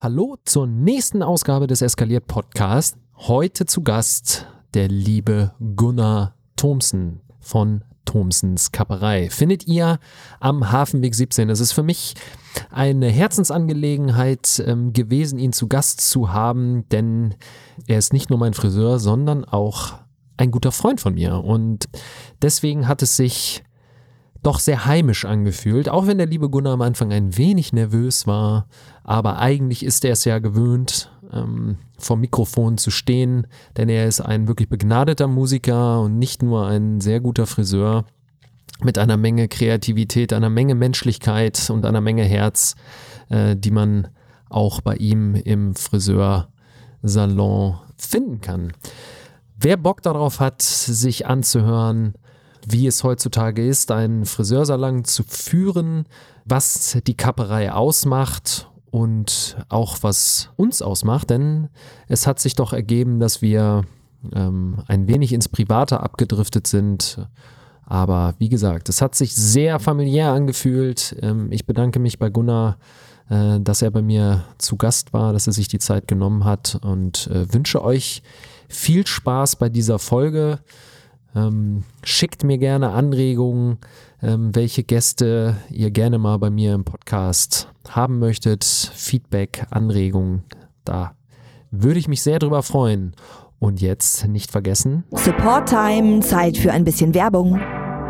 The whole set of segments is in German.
Hallo zur nächsten Ausgabe des Eskaliert Podcast. Heute zu Gast der liebe Gunnar Thomsen von Thomsens Kapperei. Findet ihr am Hafenweg 17. Es ist für mich eine Herzensangelegenheit gewesen, ihn zu Gast zu haben, denn er ist nicht nur mein Friseur, sondern auch ein guter Freund von mir. Und deswegen hat es sich doch sehr heimisch angefühlt, auch wenn der liebe Gunnar am Anfang ein wenig nervös war, aber eigentlich ist er es ja gewöhnt, vor Mikrofon zu stehen, denn er ist ein wirklich begnadeter Musiker und nicht nur ein sehr guter Friseur mit einer Menge Kreativität, einer Menge Menschlichkeit und einer Menge Herz, die man auch bei ihm im Friseursalon finden kann. Wer Bock darauf hat, sich anzuhören, wie es heutzutage ist, einen Friseursalon zu führen, was die Kapperei ausmacht und auch was uns ausmacht, denn es hat sich doch ergeben, dass wir ein wenig ins Private abgedriftet sind, aber wie gesagt, es hat sich sehr familiär angefühlt. Ich bedanke mich bei Gunnar, dass er bei mir zu Gast war, dass er sich die Zeit genommen hat und wünsche euch viel Spaß bei dieser Folge. Schickt mir gerne Anregungen, welche Gäste ihr gerne mal bei mir im Podcast haben möchtet, Feedback, Anregungen, da würde ich mich sehr drüber freuen. Und jetzt nicht vergessen: Support Time, Zeit für ein bisschen Werbung.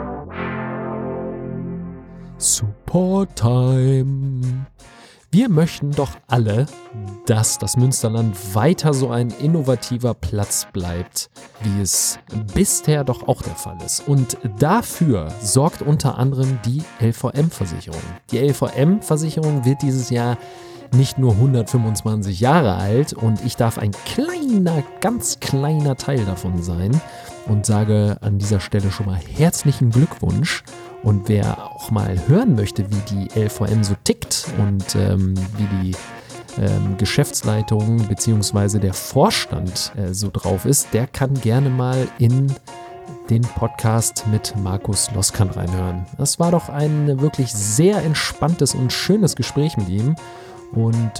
Support Time. Wir möchten doch alle, dass das Münsterland weiter so ein innovativer Platz bleibt, wie es bisher doch auch der Fall ist. Und dafür sorgt unter anderem die LVM-Versicherung. Die LVM-Versicherung wird dieses Jahr nicht nur 125 Jahre alt und ich darf ein ganz kleiner Teil davon sein und sage an dieser Stelle schon mal herzlichen Glückwunsch. Und wer auch mal hören möchte, wie die LVM so tickt und wie die Geschäftsleitung bzw. der Vorstand so drauf ist, der kann gerne mal in den Podcast mit Markus Loskamp reinhören. Das war doch ein wirklich sehr entspanntes und schönes Gespräch mit ihm. Und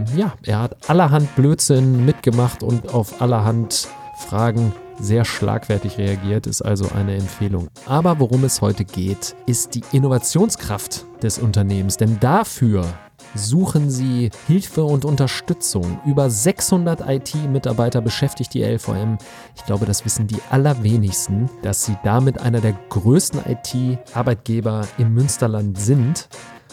er hat allerhand Blödsinn mitgemacht und auf allerhand Fragen sehr schlagfertig reagiert, ist also eine Empfehlung. Aber worum es heute geht, ist die Innovationskraft des Unternehmens, denn dafür suchen sie Hilfe und Unterstützung. Über 600 IT-Mitarbeiter beschäftigt die LVM. Ich glaube, das wissen die allerwenigsten, dass sie damit einer der größten IT-Arbeitgeber im Münsterland sind.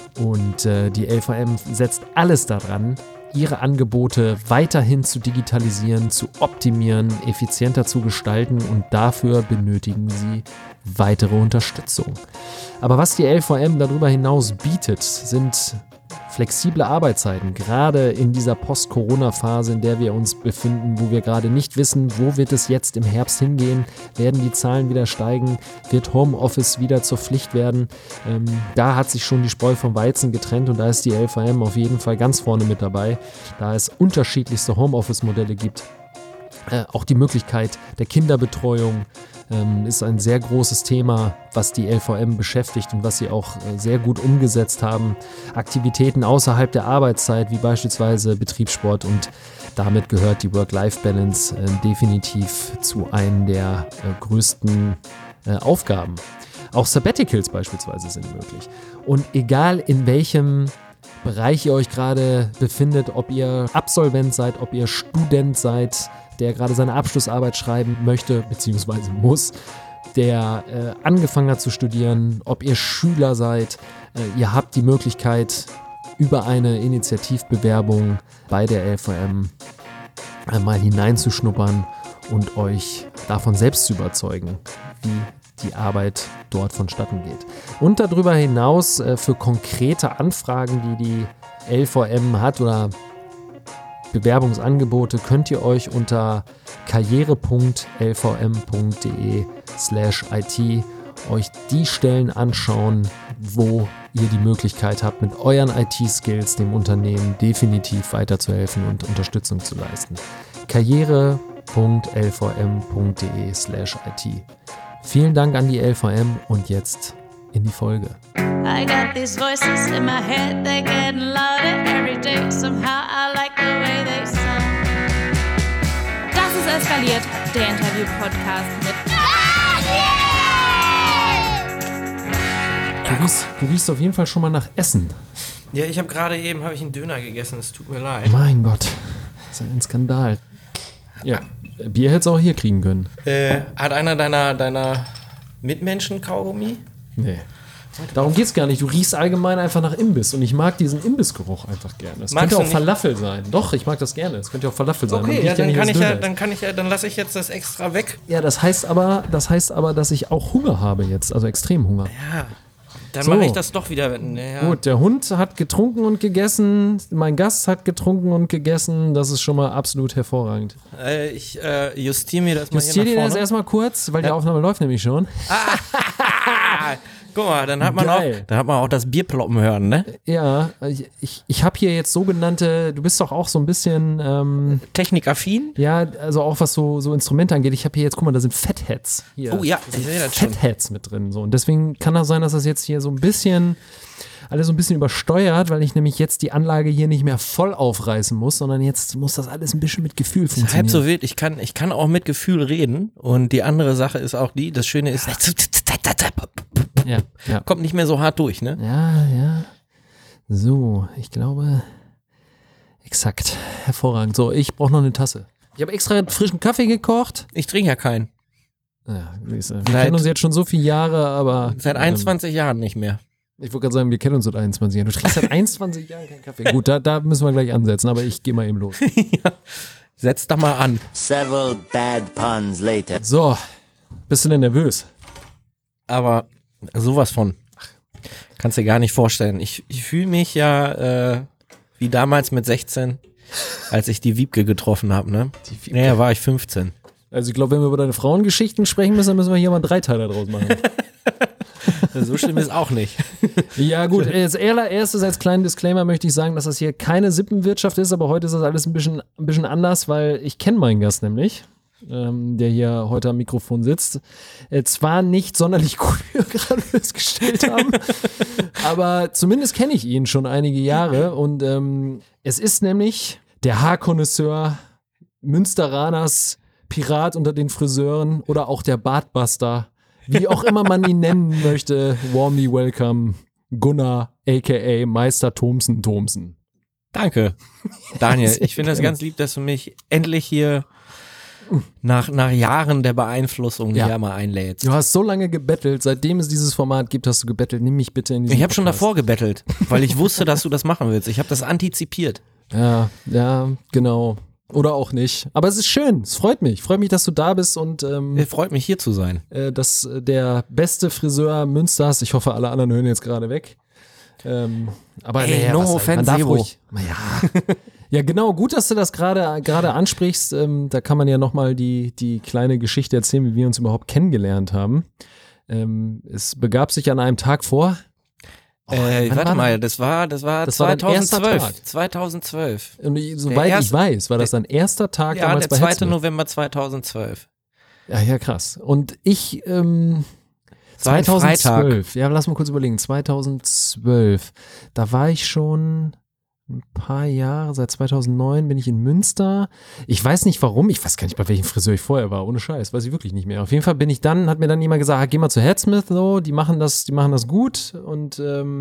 Und die LVM setzt alles daran, ihre Angebote weiterhin zu digitalisieren, zu optimieren, effizienter zu gestalten und dafür benötigen sie weitere Unterstützung. Aber was die LVM darüber hinaus bietet, sind flexible Arbeitszeiten, gerade in dieser Post-Corona-Phase, in der wir uns befinden, wo wir gerade nicht wissen, wo wird es jetzt im Herbst hingehen, werden die Zahlen wieder steigen, wird Homeoffice wieder zur Pflicht werden. Da hat sich schon die Spreu vom Weizen getrennt und da ist die LVM auf jeden Fall ganz vorne mit dabei, da es unterschiedlichste Homeoffice-Modelle gibt. Auch die Möglichkeit der Kinderbetreuung ist ein sehr großes Thema, was die LVM beschäftigt und was sie auch sehr gut umgesetzt haben. Aktivitäten außerhalb der Arbeitszeit, wie beispielsweise Betriebssport, und damit gehört die Work-Life-Balance definitiv zu einem der größten Aufgaben. Auch Sabbaticals beispielsweise sind möglich. Und egal in welchem Bereich ihr euch gerade befindet, ob ihr Absolvent seid, ob ihr Student seid, der gerade seine Abschlussarbeit schreiben möchte bzw. muss, der angefangen hat zu studieren, ob ihr Schüler seid, ihr habt die Möglichkeit, über eine Initiativbewerbung bei der LVM einmal hineinzuschnuppern und euch davon selbst zu überzeugen, wie die Arbeit dort vonstatten geht. Und darüber hinaus für konkrete Anfragen, die LVM hat oder Bewerbungsangebote, könnt ihr euch unter karriere.lvm.de/it euch die Stellen anschauen, wo ihr die Möglichkeit habt, mit euren IT-Skills dem Unternehmen definitiv weiterzuhelfen und Unterstützung zu leisten. karriere.lvm.de/it. Vielen Dank an die LVM und jetzt in die Folge. I got these voices in my head, they're getting louder every day. Somehow I like the way they sound. Das ist eskaliert, der Interview-Podcast mit Du riechst auf jeden Fall schon mal nach Essen. Ja, ich habe gerade eben einen Döner gegessen, es tut mir leid. Mein Gott, das ist ein Skandal. Ja, Bier hättest du auch hier kriegen können. Hat einer deiner Mitmenschen Kaugummi? Nee. Darum geht's gar nicht. Du riechst allgemein einfach nach Imbiss und ich mag diesen Imbissgeruch einfach gerne. Das könnte auch Falafel sein. Doch, ich mag das gerne. Es könnte auch Falafel sein. Okay, ja, dann lasse ich jetzt das extra weg. Ja, das heißt aber, dass ich auch Hunger habe jetzt, also extrem Hunger. Ja, dann mache ich das doch wieder. Ja. Gut, der Hund hat getrunken und gegessen, mein Gast hat getrunken und gegessen. Das ist schon mal absolut hervorragend. Ich justiere mir das mal hier nach Justiere dir das vorne. erstmal kurz, weil die Aufnahme läuft nämlich schon. Guck mal, dann hat man auch das Bier ploppen hören, ne? Ja, ich habe hier jetzt sogenannte, du bist doch auch so ein bisschen Technikaffin? Ja, also auch was so Instrumente angeht. Ich habe hier jetzt, guck mal, da sind Fatheads hier. Oh ja, ich sehe das schon. Fatheads mit drin. So. Und deswegen kann das sein, dass das jetzt hier so ein bisschen, alles so ein bisschen übersteuert, weil ich nämlich jetzt die Anlage hier nicht mehr voll aufreißen muss, sondern jetzt muss das alles ein bisschen mit Gefühl funktionieren. Halb so wild, ich kann auch mit Gefühl reden und die andere Sache ist auch das Schöne ist, ja. kommt nicht mehr so hart durch, ne? Ja. So, ich glaube, exakt, hervorragend. So, ich brauche noch eine Tasse. Ich habe extra frischen Kaffee gekocht. Ich trinke ja keinen. Ja, wir kennen uns jetzt schon so viele Jahre, aber... Seit 21 Jahren nicht mehr. Ich wollte gerade sagen, wir kennen uns seit 21 Jahren. Du trinkst seit 21 Jahren keinen Kaffee. Gut, da müssen wir gleich ansetzen, aber ich gehe mal eben los. Ja. Setz doch mal an. Several bad puns later. So, bist du denn nervös? Aber sowas von. Kannst dir gar nicht vorstellen. Ich fühle mich ja wie damals mit 16, als ich die Wiebke getroffen habe, ne? Naja, war ich 15. Also ich glaube, wenn wir über deine Frauengeschichten sprechen müssen, dann müssen wir hier mal einen Dreiteiler draus machen. So schlimm ist auch nicht. Ja gut, als allererstes als kleinen Disclaimer möchte ich sagen, dass das hier keine Sippenwirtschaft ist, aber heute ist das alles ein bisschen anders, weil ich kenne meinen Gast nämlich, der hier heute am Mikrofon sitzt. Zwar nicht sonderlich gut, wie wir gerade festgestellt haben, aber zumindest kenne ich ihn schon einige Jahre und es ist nämlich der Haarkonnoisseur Münsteraners, Pirat unter den Friseuren oder auch der Bartbuster, wie auch immer man ihn nennen möchte. Warmly welcome, Gunnar, a.k.a. Meister Thomsen. Danke, Daniel. Ich finde das ganz lieb, dass du mich endlich hier nach Jahren der Beeinflussung hier mal einlädst. Du hast so lange gebettelt, seitdem es dieses Format gibt, hast du gebettelt, nimm mich bitte in diesen Ich habe schon Podcast. davor gebettelt, weil ich wusste, dass du das machen willst. Ich habe das antizipiert. Ja, genau. Oder auch nicht. Aber es ist schön, es freut mich. Freut mich, dass du da bist und Freut mich, hier zu sein. dass der beste Friseur Münsters, ich hoffe, alle anderen hören jetzt gerade weg. Aber Ey, naja, no was, offense, man darf Zero. ruhig. Ja, genau, gut, dass du das gerade ansprichst. Da kann man ja nochmal die kleine Geschichte erzählen, wie wir uns überhaupt kennengelernt haben. Es begab sich an einem Tag vor. Warte mal, das war dein erster 2012. Tag. 2012. Und soweit ich weiß, war das dein erster Tag Ja, damals der bei 2. Hetzner. November 2012. Ja, krass. Und ich, war ein 2012, ja, lass mal kurz überlegen, 2012, da war ich schon ein paar Jahre, seit 2009 bin ich in Münster. Ich weiß nicht warum, ich weiß gar nicht, bei welchem Friseur ich vorher war, ohne Scheiß, weiß ich wirklich nicht mehr. Auf jeden Fall hat mir dann jemand gesagt, geh mal zu Headsmith, so, die machen das gut und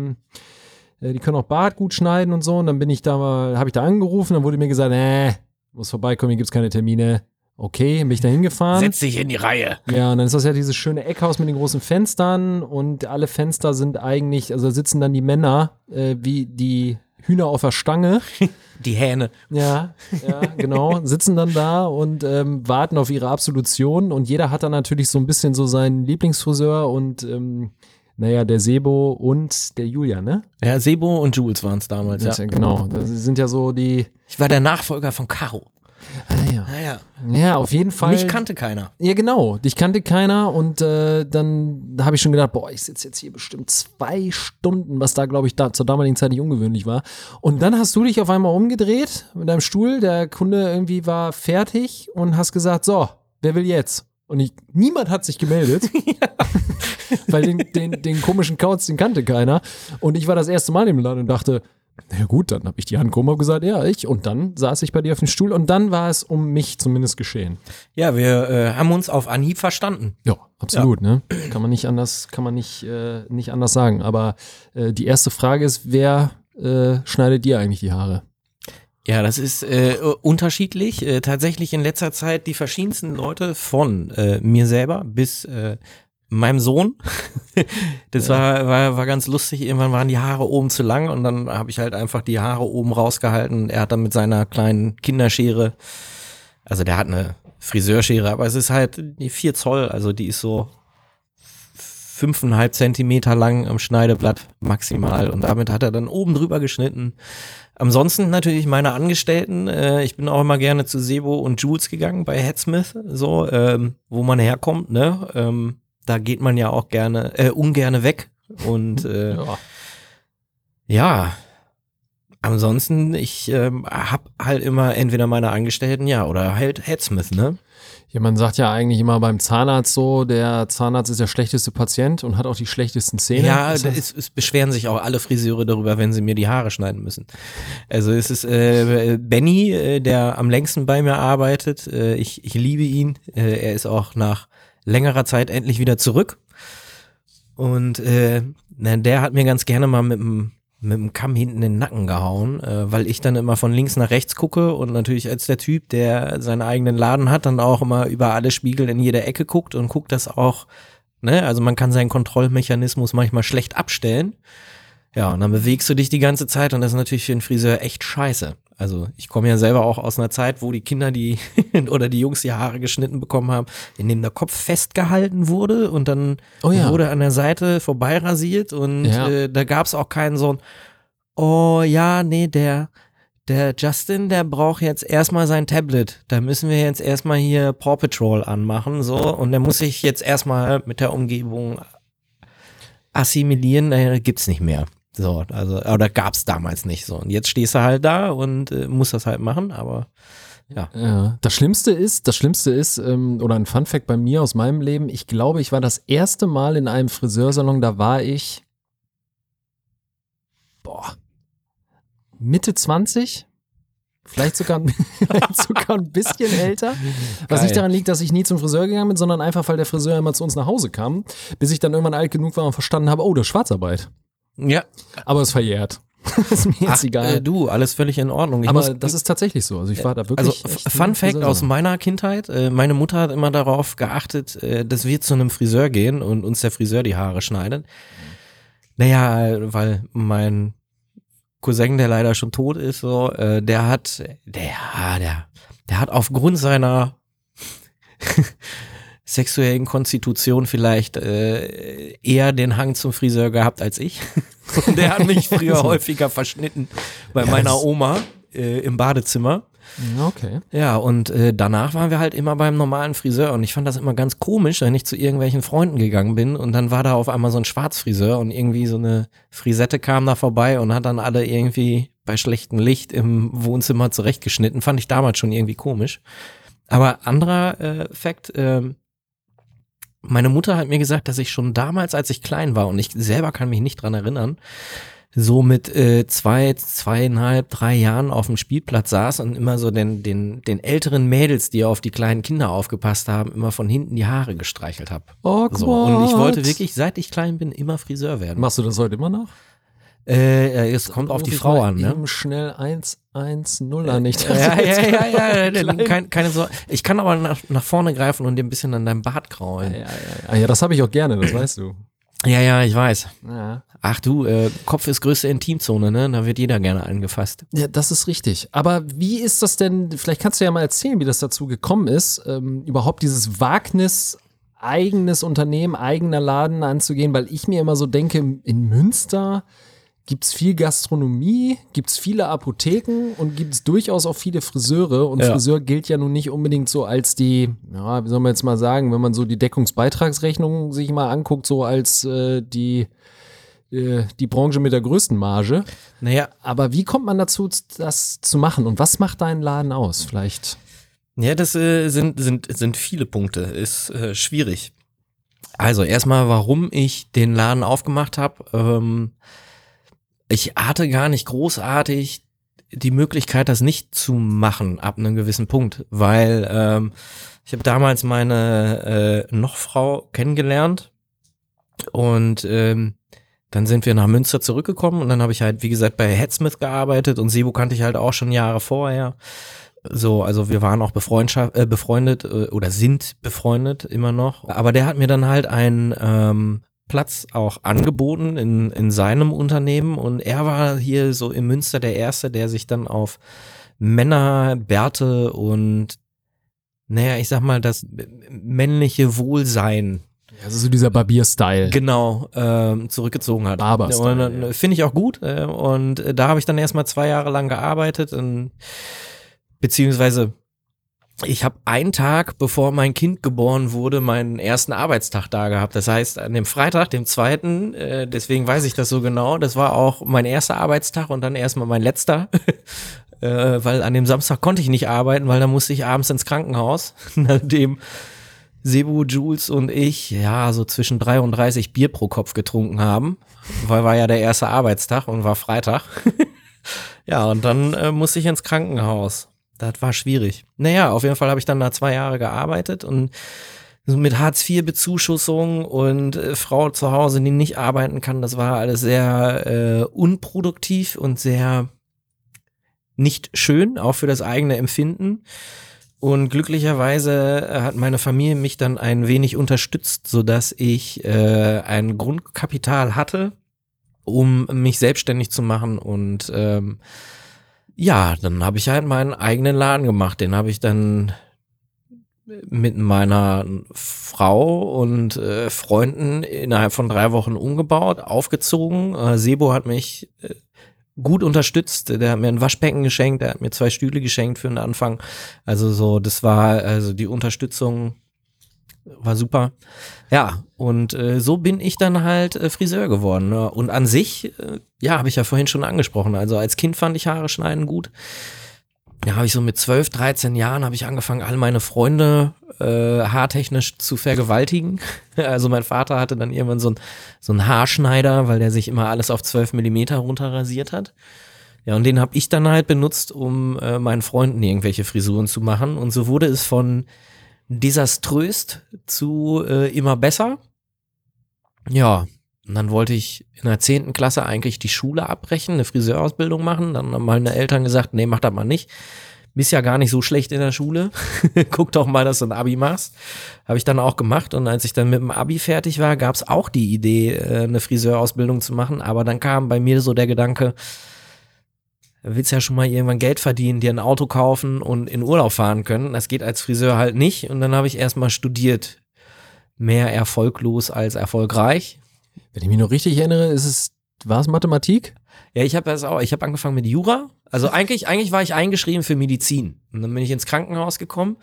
die können auch Bart gut schneiden und so. Und dann habe ich da angerufen, dann wurde mir gesagt, muss vorbeikommen, hier gibt's keine Termine. Okay, bin ich da hingefahren. Setz dich in die Reihe. Ja, und dann ist das ja dieses schöne Eckhaus mit den großen Fenstern und alle Fenster sind eigentlich, also sitzen dann die Männer wie die Hühner auf der Stange. Die Hähne. Ja, genau. Sitzen dann da und warten auf ihre Absolution und jeder hat dann natürlich so ein bisschen so seinen Lieblingsfriseur und der Sebo und der Julian, ne? Ja, Sebo und Jules waren es damals, ja. Genau, das sind ja so die... Ich war der Nachfolger von Caro. Ja. Ja, auf jeden Fall. Mich kannte keiner. Ja, genau. Dich kannte keiner und dann habe ich schon gedacht, ich sitze jetzt hier bestimmt 2 Stunden, was da, glaube ich, zur damaligen Zeit nicht ungewöhnlich war. Und dann hast du dich auf einmal umgedreht mit deinem Stuhl, der Kunde irgendwie war fertig und hast gesagt, so, wer will jetzt? Und niemand hat sich gemeldet. Weil den komischen Kauz, den kannte keiner. Und ich war das erste Mal im Laden und dachte, na gut, dann habe ich die Hand gehoben und gesagt, ja, ich. Und dann saß ich bei dir auf dem Stuhl und dann war es um mich zumindest geschehen. Ja, wir haben uns auf Anhieb verstanden. Ja, absolut, ne? Kann man nicht anders sagen. Aber die erste Frage ist, wer schneidet dir eigentlich die Haare? Ja, das ist unterschiedlich. Tatsächlich in letzter Zeit die verschiedensten Leute von mir selber bis meinem Sohn. Das war ganz lustig. Irgendwann waren die Haare oben zu lang und dann habe ich halt einfach die Haare oben rausgehalten. Er hat dann mit seiner kleinen Kinderschere, also der hat eine Friseurschere, aber es ist halt die 4 Zoll, also die ist so 5,5 Zentimeter lang am Schneideblatt maximal und damit hat er dann oben drüber geschnitten. Ansonsten natürlich meine Angestellten, ich bin auch immer gerne zu Sebo und Jules gegangen bei Headsmith, so, wo man herkommt, ne, da geht man ja auch gerne, ungerne weg und ja, ansonsten, ich hab halt immer entweder meine Angestellten, ja, oder halt Headsmith, ne. Ja, man sagt ja eigentlich immer beim Zahnarzt so, der Zahnarzt ist der schlechteste Patient und hat auch die schlechtesten Zähne. Ja, es beschweren sich auch alle Friseure darüber, wenn sie mir die Haare schneiden müssen. Also es ist Benny, der am längsten bei mir arbeitet. Ich liebe ihn. Er ist auch nach längerer Zeit endlich wieder zurück. Und der hat mir ganz gerne mal mit dem Kamm hinten in den Nacken gehauen, weil ich dann immer von links nach rechts gucke und natürlich als der Typ, der seinen eigenen Laden hat, dann auch immer über alle Spiegel in jeder Ecke guckt und guckt das auch, ne, also man kann seinen Kontrollmechanismus manchmal schlecht abstellen. Ja, und dann bewegst du dich die ganze Zeit und das ist natürlich für einen Friseur echt scheiße. Also ich komme ja selber auch aus einer Zeit, wo die Kinder oder die Jungs die Haare geschnitten bekommen haben, in dem der Kopf festgehalten wurde und dann wurde an der Seite vorbeirasiert und da gab es auch keinen so ein, oh ja, nee, der Justin, der braucht jetzt erstmal sein Tablet. Da müssen wir jetzt erstmal hier Paw Patrol anmachen, so, und der muss sich jetzt erstmal mit der Umgebung assimilieren, gibt's nicht mehr. So, also, oder gab's damals nicht so. Und jetzt stehst du halt da und musst das halt machen, aber ja. Das Schlimmste ist, oder ein Funfact bei mir aus meinem Leben, ich glaube, ich war das erste Mal in einem Friseursalon, da war ich Mitte 20, vielleicht sogar ein bisschen älter. Was nicht daran liegt, dass ich nie zum Friseur gegangen bin, sondern einfach, weil der Friseur immer zu uns nach Hause kam, bis ich dann irgendwann alt genug war und verstanden habe, oh, das ist Schwarzarbeit. Ja. Aber es ist verjährt. Das ist mir jetzt egal. Du, alles völlig in Ordnung. Das ist tatsächlich so. Also ich war da wirklich. Also Fun Fact aus meiner Kindheit, meine Mutter hat immer darauf geachtet, dass wir zu einem Friseur gehen und uns der Friseur die Haare schneidet. Naja, weil mein Cousin, der leider schon tot ist, so, der hat aufgrund seiner sexuellen Konstitution vielleicht eher den Hang zum Friseur gehabt als ich. Und der hat mich früher häufiger verschnitten bei meiner Oma im Badezimmer. Okay. Ja, und danach waren wir halt immer beim normalen Friseur und ich fand das immer ganz komisch, wenn ich zu irgendwelchen Freunden gegangen bin und dann war da auf einmal so ein Schwarzfriseur und irgendwie so eine Frisette kam da vorbei und hat dann alle irgendwie bei schlechtem Licht im Wohnzimmer zurechtgeschnitten. Fand ich damals schon irgendwie komisch. Aber anderer Fakt, meine Mutter hat mir gesagt, dass ich schon damals, als ich klein war und ich selber kann mich nicht dran erinnern, so mit 2,5, 3 Jahren auf dem Spielplatz saß und immer so den älteren Mädels, die auf die kleinen Kinder aufgepasst haben, immer von hinten die Haare gestreichelt habe. Oh so. Und ich wollte wirklich, seit ich klein bin, immer Friseur werden. Machst du das heute immer noch? Es kommt auf die Frau an, ne? Eben schnell 110 an. Ja. Keine Sorge. Ich kann aber nach vorne greifen und dir ein bisschen an deinem Bart kraulen. Ja, das habe ich auch gerne, das weißt du. Ja, ich weiß. Ja. Ach du, Kopf ist größte Intimzone, ne? Da wird jeder gerne angefasst. Ja, das ist richtig. Aber wie ist das denn, vielleicht kannst du ja mal erzählen, wie das dazu gekommen ist, überhaupt dieses Wagnis, eigenes Unternehmen, eigener Laden anzugehen, weil ich mir immer so denke, in Münster gibt's viel Gastronomie, gibt's viele Apotheken und gibt's durchaus auch viele Friseure. Und Friseur gilt ja nun nicht unbedingt so als die, ja, wie soll man jetzt mal sagen, wenn man so die Deckungsbeitragsrechnung sich mal anguckt, so als die Branche mit der größten Marge. Naja. Aber wie kommt man dazu, das zu machen? Und was macht deinen Laden aus? Vielleicht. Ja, das sind viele Punkte, ist schwierig. Also erstmal, warum ich den Laden aufgemacht habe. Ich hatte gar nicht großartig die Möglichkeit, das nicht zu machen ab einem gewissen Punkt, weil ich habe damals meine Nochfrau kennengelernt und dann sind wir nach Münster zurückgekommen und dann habe ich halt, wie gesagt, bei Headsmith gearbeitet und Sebo kannte ich halt auch schon Jahre vorher. So, also wir waren auch befreundet oder sind befreundet immer noch. Aber der hat mir dann halt einen Platz auch angeboten in seinem Unternehmen und er war hier so in Münster der Erste, der sich dann auf Männer, Bärte und naja, ich sag mal, das männliche Wohlsein. Also so dieser Barbier-Style. Genau, zurückgezogen hat. Barber-Style. Finde ich auch gut. Und da habe ich dann erstmal 2 Jahre lang gearbeitet. Beziehungsweise ich habe einen Tag, bevor mein Kind geboren wurde, meinen ersten Arbeitstag da gehabt. Das heißt, an dem Freitag, dem 2., deswegen weiß ich das so genau, das war auch mein erster Arbeitstag und dann erstmal mein letzter. Weil an dem Samstag konnte ich nicht arbeiten, weil da musste ich abends ins Krankenhaus, nachdem Sebo, Jules und ich, ja, so zwischen 3 und 30 Bier pro Kopf getrunken haben, weil war ja der erste Arbeitstag und war Freitag. Ja, und dann musste ich ins Krankenhaus. Das war schwierig. Naja, auf jeden Fall habe ich dann da 2 Jahre gearbeitet und so mit Hartz-IV-Bezuschussung und Frau zu Hause, die nicht arbeiten kann, das war alles sehr unproduktiv und sehr nicht schön, auch für das eigene Empfinden. Und glücklicherweise hat meine Familie mich dann ein wenig unterstützt, sodass ich ein Grundkapital hatte, um mich selbstständig zu machen. Und ja, dann habe ich halt meinen eigenen Laden gemacht. Den habe ich dann mit meiner Frau und Freunden innerhalb von 3 Wochen umgebaut, aufgezogen. Sebo hat mich gut unterstützt, der hat mir ein Waschbecken geschenkt, der hat mir 2 Stühle geschenkt für den Anfang, also so, das war, also die Unterstützung war super, ja, und so bin ich dann halt Friseur geworden, ne? Und an sich, ja, habe ich ja vorhin schon angesprochen, also als Kind fand ich Haare schneiden gut, ja, habe ich so mit 12, 13 Jahren habe ich angefangen, alle meine Freunde haartechnisch zu vergewaltigen. Also mein Vater hatte dann irgendwann so einen Haarschneider, weil der sich immer alles auf 12 Millimeter runterrasiert hat. Ja, und den habe ich dann halt benutzt, um meinen Freunden irgendwelche Frisuren zu machen. Und so wurde es von desaströs zu immer besser. Ja, und dann wollte ich in der 10. Klasse eigentlich die Schule abbrechen, eine Friseurausbildung machen. Dann haben meine Eltern gesagt, nee, mach das mal nicht. Bist ja gar nicht so schlecht in der Schule. Guck doch mal, dass du ein Abi machst. Habe ich dann auch gemacht. Und als ich dann mit dem Abi fertig war, gab es auch die Idee, eine Friseurausbildung zu machen. Aber dann kam bei mir so der Gedanke, willst ja schon mal irgendwann Geld verdienen, dir ein Auto kaufen und in Urlaub fahren können. Das geht als Friseur halt nicht. Und dann habe ich erstmal studiert. Mehr erfolglos als erfolgreich. Wenn ich mich noch richtig erinnere, war es Mathematik? Ja, ich habe angefangen mit Jura. Also eigentlich war ich eingeschrieben für Medizin. Und dann bin ich ins Krankenhaus gekommen,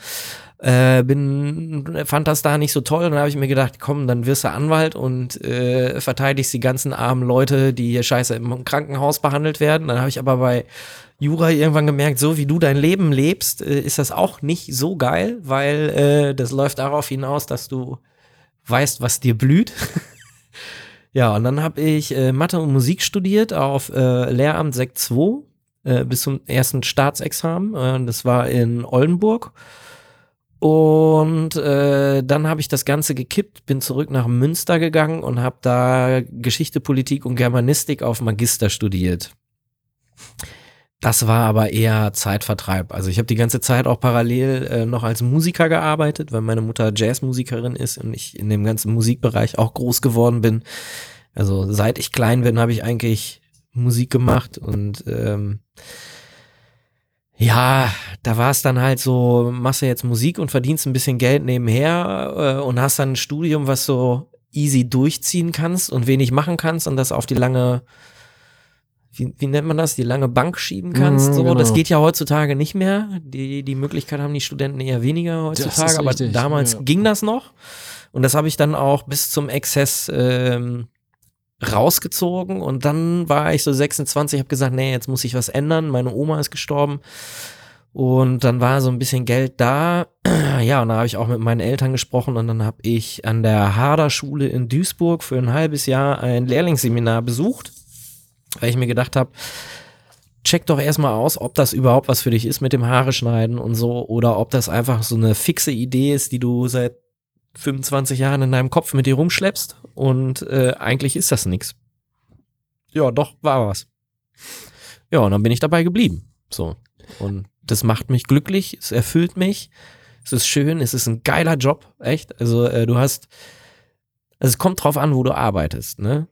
fand das da nicht so toll. Und dann habe ich mir gedacht, komm, dann wirst du Anwalt und verteidigst die ganzen armen Leute, die hier scheiße im Krankenhaus behandelt werden. Dann habe ich aber bei Jura irgendwann gemerkt, so wie du dein Leben lebst, ist das auch nicht so geil, weil das läuft darauf hinaus, dass du weißt, was dir blüht. Ja, und dann habe ich Mathe und Musik studiert auf Lehramt Sekt 2 bis zum ersten Staatsexamen. Das war in Oldenburg. Und dann habe ich das Ganze gekippt, bin zurück nach Münster gegangen und habe da Geschichte, Politik und Germanistik auf Magister studiert. Das war aber eher Zeitvertreib. Also ich habe die ganze Zeit auch parallel noch als Musiker gearbeitet, weil meine Mutter Jazzmusikerin ist und ich in dem ganzen Musikbereich auch groß geworden bin. Also seit ich klein bin, habe ich eigentlich Musik gemacht und ja, da war es dann halt so, machst du jetzt Musik und verdienst ein bisschen Geld nebenher und hast dann ein Studium, was so easy durchziehen kannst und wenig machen kannst und das auf die lange, wie nennt man das, die lange Bank schieben kannst. So, genau. Das geht ja heutzutage nicht mehr. Die Möglichkeit haben die Studenten eher weniger heutzutage, aber richtig, damals ging das noch. Und das habe ich dann auch bis zum Exzess rausgezogen und dann war ich so 26, habe gesagt, nee, jetzt muss ich was ändern. Meine Oma ist gestorben Und dann war so ein bisschen Geld da. Ja, und da habe ich auch mit meinen Eltern gesprochen und dann habe ich an der Harder-Schule in Duisburg für ein halbes Jahr ein Lehrlingsseminar besucht, weil ich mir gedacht habe, check doch erstmal aus, ob das überhaupt was für dich ist mit dem Haare schneiden und so oder ob das einfach so eine fixe Idee ist, die du seit 25 Jahren in deinem Kopf mit dir rumschleppst und eigentlich ist das nichts. Ja, doch, war was. Ja, und dann bin ich dabei geblieben. So. Und das macht mich glücklich, es erfüllt mich, es ist schön, es ist ein geiler Job, echt. Also es kommt drauf an, wo du arbeitest, ne?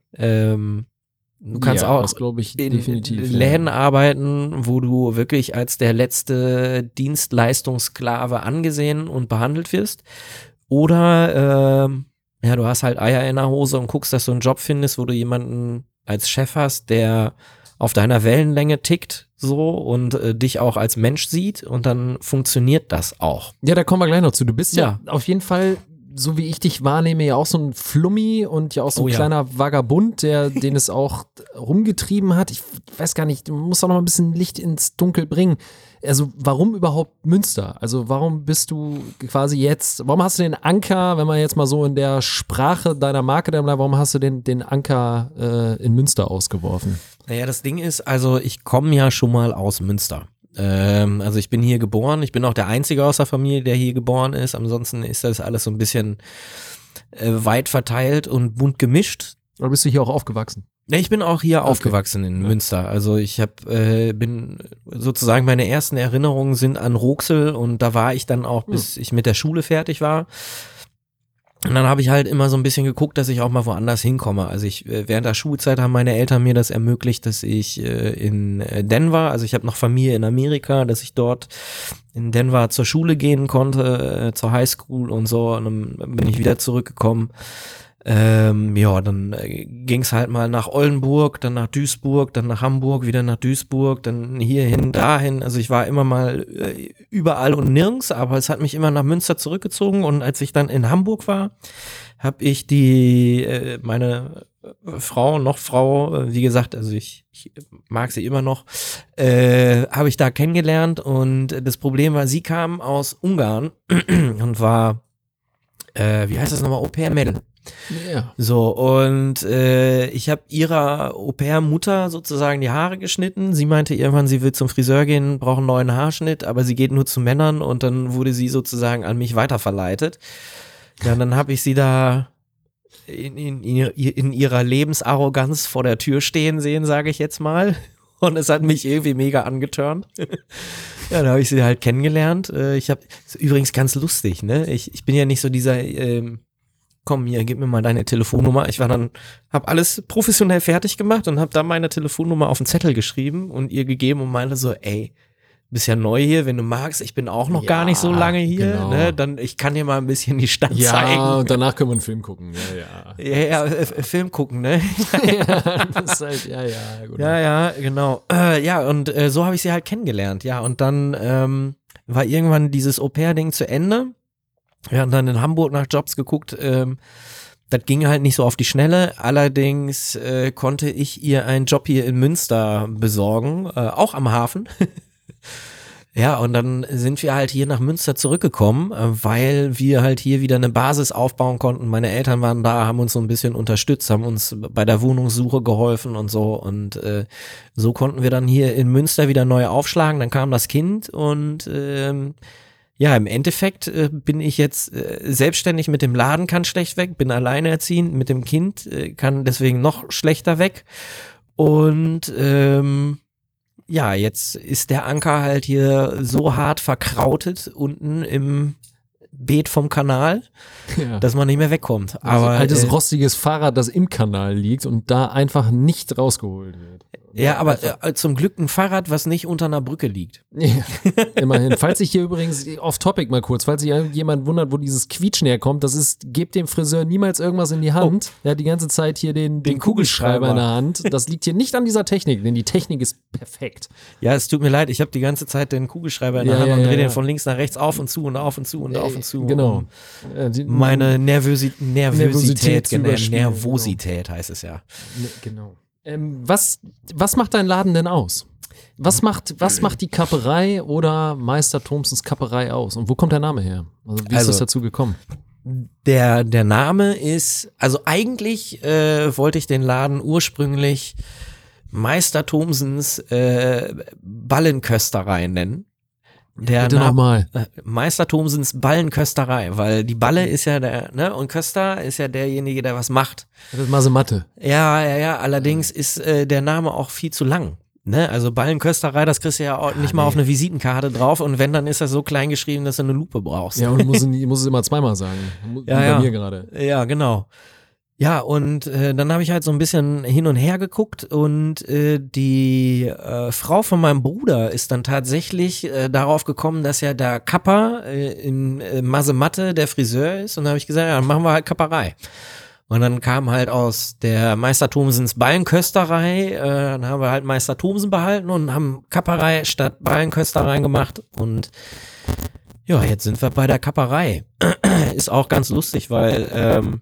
Du kannst auch das glaube ich in definitiv. Läden arbeiten, wo du wirklich als der letzte Dienstleistungssklave angesehen und behandelt wirst. Oder du hast halt Eier in der Hose und guckst, dass du einen Job findest, wo du jemanden als Chef hast, der auf deiner Wellenlänge tickt so und dich auch als Mensch sieht und dann funktioniert das auch. Ja, da kommen wir gleich noch zu. Du bist ja auf jeden Fall, so wie ich dich wahrnehme, ja auch so ein Flummi und ja auch so ein kleiner Vagabund, den es auch rumgetrieben hat. Ich weiß gar nicht, du musst auch noch mal ein bisschen Licht ins Dunkel bringen. Also warum überhaupt Münster? Also warum bist du quasi jetzt, warum hast du den Anker, wenn man jetzt mal so in der Sprache deiner Marke dann bleibt, warum hast du den Anker in Münster ausgeworfen? Naja, das Ding ist, also ich komme ja schon mal aus Münster. Also ich bin hier geboren, ich bin auch der Einzige aus der Familie, der hier geboren ist. Ansonsten ist das alles so ein bisschen weit verteilt und bunt gemischt. Oder bist du hier auch aufgewachsen? Ja, ich bin auch hier aufgewachsen in Münster. Also ich bin sozusagen, meine ersten Erinnerungen sind an Roxel und da war ich dann auch, bis ich mit der Schule fertig war. Und dann habe ich halt immer so ein bisschen geguckt, dass ich auch mal woanders hinkomme. Also während der Schulzeit haben meine Eltern mir das ermöglicht, dass ich in Denver, also ich habe noch Familie in Amerika, dass ich dort in Denver zur Schule gehen konnte, zur Highschool und so. Und dann bin ich wieder zurückgekommen. Dann ging's halt mal nach Oldenburg, dann nach Duisburg, dann nach Hamburg, wieder nach Duisburg, dann hierhin, dahin. Also ich war immer mal überall und nirgends, aber es hat mich immer nach Münster zurückgezogen. Und als ich dann in Hamburg war, habe ich meine Frau, wie gesagt, also ich mag sie immer noch, habe ich da kennengelernt. Und das Problem war, sie kam aus Ungarn und war, wie heißt das nochmal, Au-pair-Mädel. Ja. So, und ich habe ihrer Au-pair-Mutter sozusagen die Haare geschnitten. Sie meinte irgendwann, sie will zum Friseur gehen, braucht einen neuen Haarschnitt, aber sie geht nur zu Männern und dann wurde sie sozusagen an mich weiterverleitet. Ja, und dann habe ich sie da in ihrer Lebensarroganz vor der Tür stehen sehen, sage ich jetzt mal. Und es hat mich irgendwie mega angetörnt. Ja, da habe ich sie halt kennengelernt. Ist übrigens ganz lustig, ne? Ich bin ja nicht so dieser komm hier, gib mir mal deine Telefonnummer. Ich habe alles professionell fertig gemacht und habe dann meine Telefonnummer auf den Zettel geschrieben und ihr gegeben und meinte so, ey, bist ja neu hier, wenn du magst, ich bin auch noch gar nicht so lange hier, genau. Ne? Dann ich kann dir mal ein bisschen die Stadt zeigen. Ja, und danach können wir einen Film gucken. Ja, Film gucken, ne? Das ist halt, gut. Ja, genau. Und so habe ich sie halt kennengelernt, ja. Und dann war irgendwann dieses Au-pair-Ding zu Ende. Wir haben dann in Hamburg nach Jobs geguckt, das ging halt nicht so auf die Schnelle, allerdings konnte ich ihr einen Job hier in Münster besorgen, auch am Hafen. Ja, und dann sind wir halt hier nach Münster zurückgekommen, weil wir halt hier wieder eine Basis aufbauen konnten. Meine Eltern waren da, haben uns so ein bisschen unterstützt, haben uns bei der Wohnungssuche geholfen und so. Und so konnten wir dann hier in Münster wieder neu aufschlagen. Dann kam das Kind und ja, im Endeffekt bin ich jetzt selbstständig mit dem Laden, kann schlecht weg, bin alleinerziehend mit dem Kind, kann deswegen noch schlechter weg. Und jetzt ist der Anker halt hier so hart verkrautet unten im Beet vom Kanal, dass man nicht mehr wegkommt. Aber ein altes rostiges Fahrrad, das im Kanal liegt und da einfach nicht rausgeholt wird. Ja, aber zum Glück ein Fahrrad, was nicht unter einer Brücke liegt. Ja, immerhin. Falls sich hier übrigens, off-topic mal kurz, falls sich jemand wundert, wo dieses Quietschen herkommt, gebt dem Friseur niemals irgendwas in die Hand. Er hat die ganze Zeit hier den Kugelschreiber in der Hand. Das liegt hier nicht an dieser Technik, denn die Technik ist perfekt. Ja, es tut mir leid, ich habe die ganze Zeit den Kugelschreiber in der Hand und drehe den von links nach rechts auf und zu und auf und zu und auf und zu. Genau. Meine Nervosität Nervosität heißt es ja. Genau. Was macht dein Laden denn aus? Was macht die Kapperei oder Meister Thomsens Kapperei aus? Und wo kommt der Name her? Also wie ist das dazu gekommen? Der Name ist, also eigentlich wollte ich den Laden ursprünglich Meister Thomsens Ballenkösterei nennen. Bitte nochmal. Meister Thomsens Ballenkösterei, weil die Balle ist ja und Köster ist ja derjenige, der was macht. Das ist Masematte. Ja, allerdings ist der Name auch viel zu lang. Ne? Also Ballenkösterei, das kriegst du ja auch nicht mal auf eine Visitenkarte drauf und wenn, dann ist das so klein geschrieben, dass du eine Lupe brauchst. Ja, und du musst es immer zweimal sagen. Wie bei mir gerade. Ja, genau. Ja, und dann habe ich halt so ein bisschen hin und her geguckt und die Frau von meinem Bruder ist dann tatsächlich darauf gekommen, dass ja der Kapper in Masematte der Friseur ist und dann habe ich gesagt, ja, dann machen wir halt Kapperei. Und dann kam halt aus der Meister Thomsens Ballenkösterei, dann haben wir halt Meister Thomsen behalten und haben Kapperei statt Ballenkösterei gemacht und ja, jetzt sind wir bei der Kapperei. Ist auch ganz lustig, weil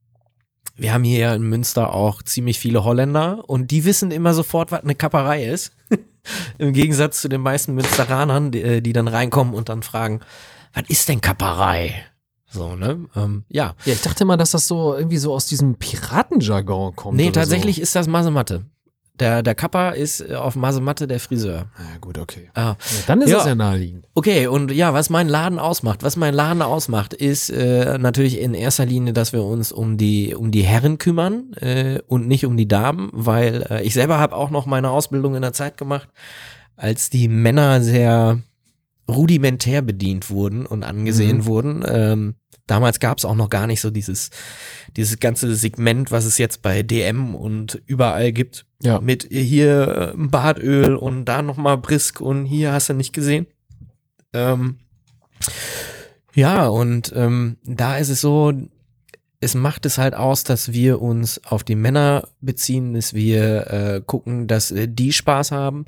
wir haben hier in Münster auch ziemlich viele Holländer und die wissen immer sofort, was eine Kapperei ist. Im Gegensatz zu den meisten Münsteranern, die dann reinkommen und dann fragen, was ist denn Kapperei? So, ne? Ja. Ja, ich dachte mal, dass das so irgendwie so aus diesem Piratenjargon kommt. Nee, oder tatsächlich so. ist das Masematte. Der Kapper ist auf Masematte der Friseur. Ja, gut, okay. Ah. Ja, dann ist es ja naheliegend. Okay, und ja, was mein Laden ausmacht, ist natürlich in erster Linie, dass wir uns um die Herren kümmern und nicht um die Damen, weil ich selber habe auch noch meine Ausbildung in der Zeit gemacht, als die Männer sehr rudimentär bedient wurden und angesehen wurden. Damals gab es auch noch gar nicht so dieses ganze Segment, was es jetzt bei DM und überall gibt. Ja. Mit hier Bartöl und da nochmal Brisk und hier hast du nicht gesehen. Ja, und da ist es so, es macht es halt aus, dass wir uns auf die Männer beziehen, dass wir gucken, dass die Spaß haben.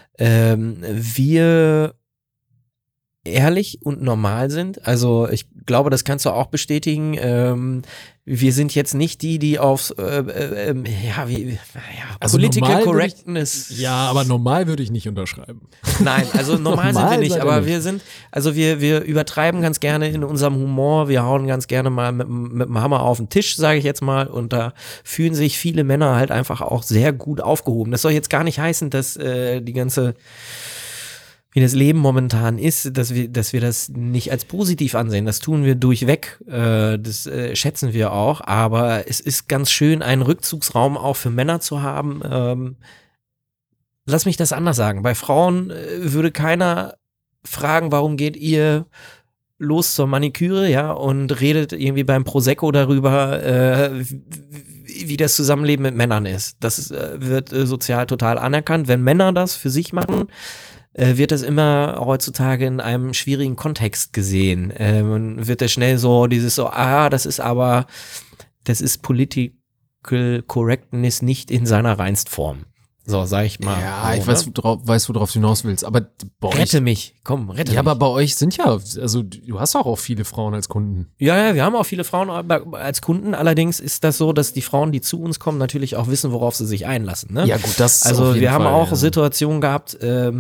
Wir ehrlich und normal sind. Also ich glaube, das kannst du auch bestätigen. Wir sind jetzt nicht die aufs Also Political normal Correctness. Ja, aber normal würde ich nicht unterschreiben. Nein, also normal sind wir Normal nicht, seid ihr aber nicht. wir sind, also wir übertreiben ganz gerne in unserem Humor, wir hauen ganz gerne mal mit dem Hammer auf den Tisch, sage ich jetzt mal, und da fühlen sich viele Männer halt einfach auch sehr gut aufgehoben. Das soll jetzt gar nicht heißen, dass wie das Leben momentan ist, dass wir das nicht als positiv ansehen. Das tun wir durchweg, das schätzen wir auch, aber es ist ganz schön, einen Rückzugsraum auch für Männer zu haben. Lass mich das anders sagen. Bei Frauen würde keiner fragen, warum geht ihr los zur Maniküre, ja, und redet irgendwie beim Prosecco darüber, wie das Zusammenleben mit Männern ist. Das wird sozial total anerkannt. Wenn Männer das für sich machen, wird das immer heutzutage in einem schwierigen Kontext gesehen. Wird das schnell so dieses so, das ist Political Correctness nicht in seiner Reinstform. So, sag ich mal. Ja, so, ich weiß, worauf du hinaus willst. Aber bei euch, Rette mich, komm, rette mich. ja, aber bei euch sind ja, also du hast auch viele Frauen als Kunden. Ja, wir haben auch viele Frauen als Kunden. Allerdings ist das so, dass die Frauen, die zu uns kommen, natürlich auch wissen, worauf sie sich einlassen. Ne? Ja, gut, das ist Also auf jeden wir haben Fall, auch ja. Situationen gehabt,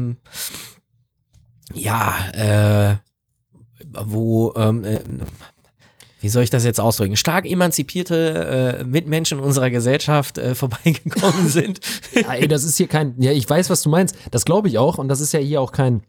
wo wie soll ich das jetzt ausdrücken? Stark emanzipierte Mitmenschen unserer Gesellschaft vorbeigekommen sind. Ja, ey, das ist hier kein, ja, ich weiß, was du meinst. Das glaube ich auch. Und das ist ja hier auch kein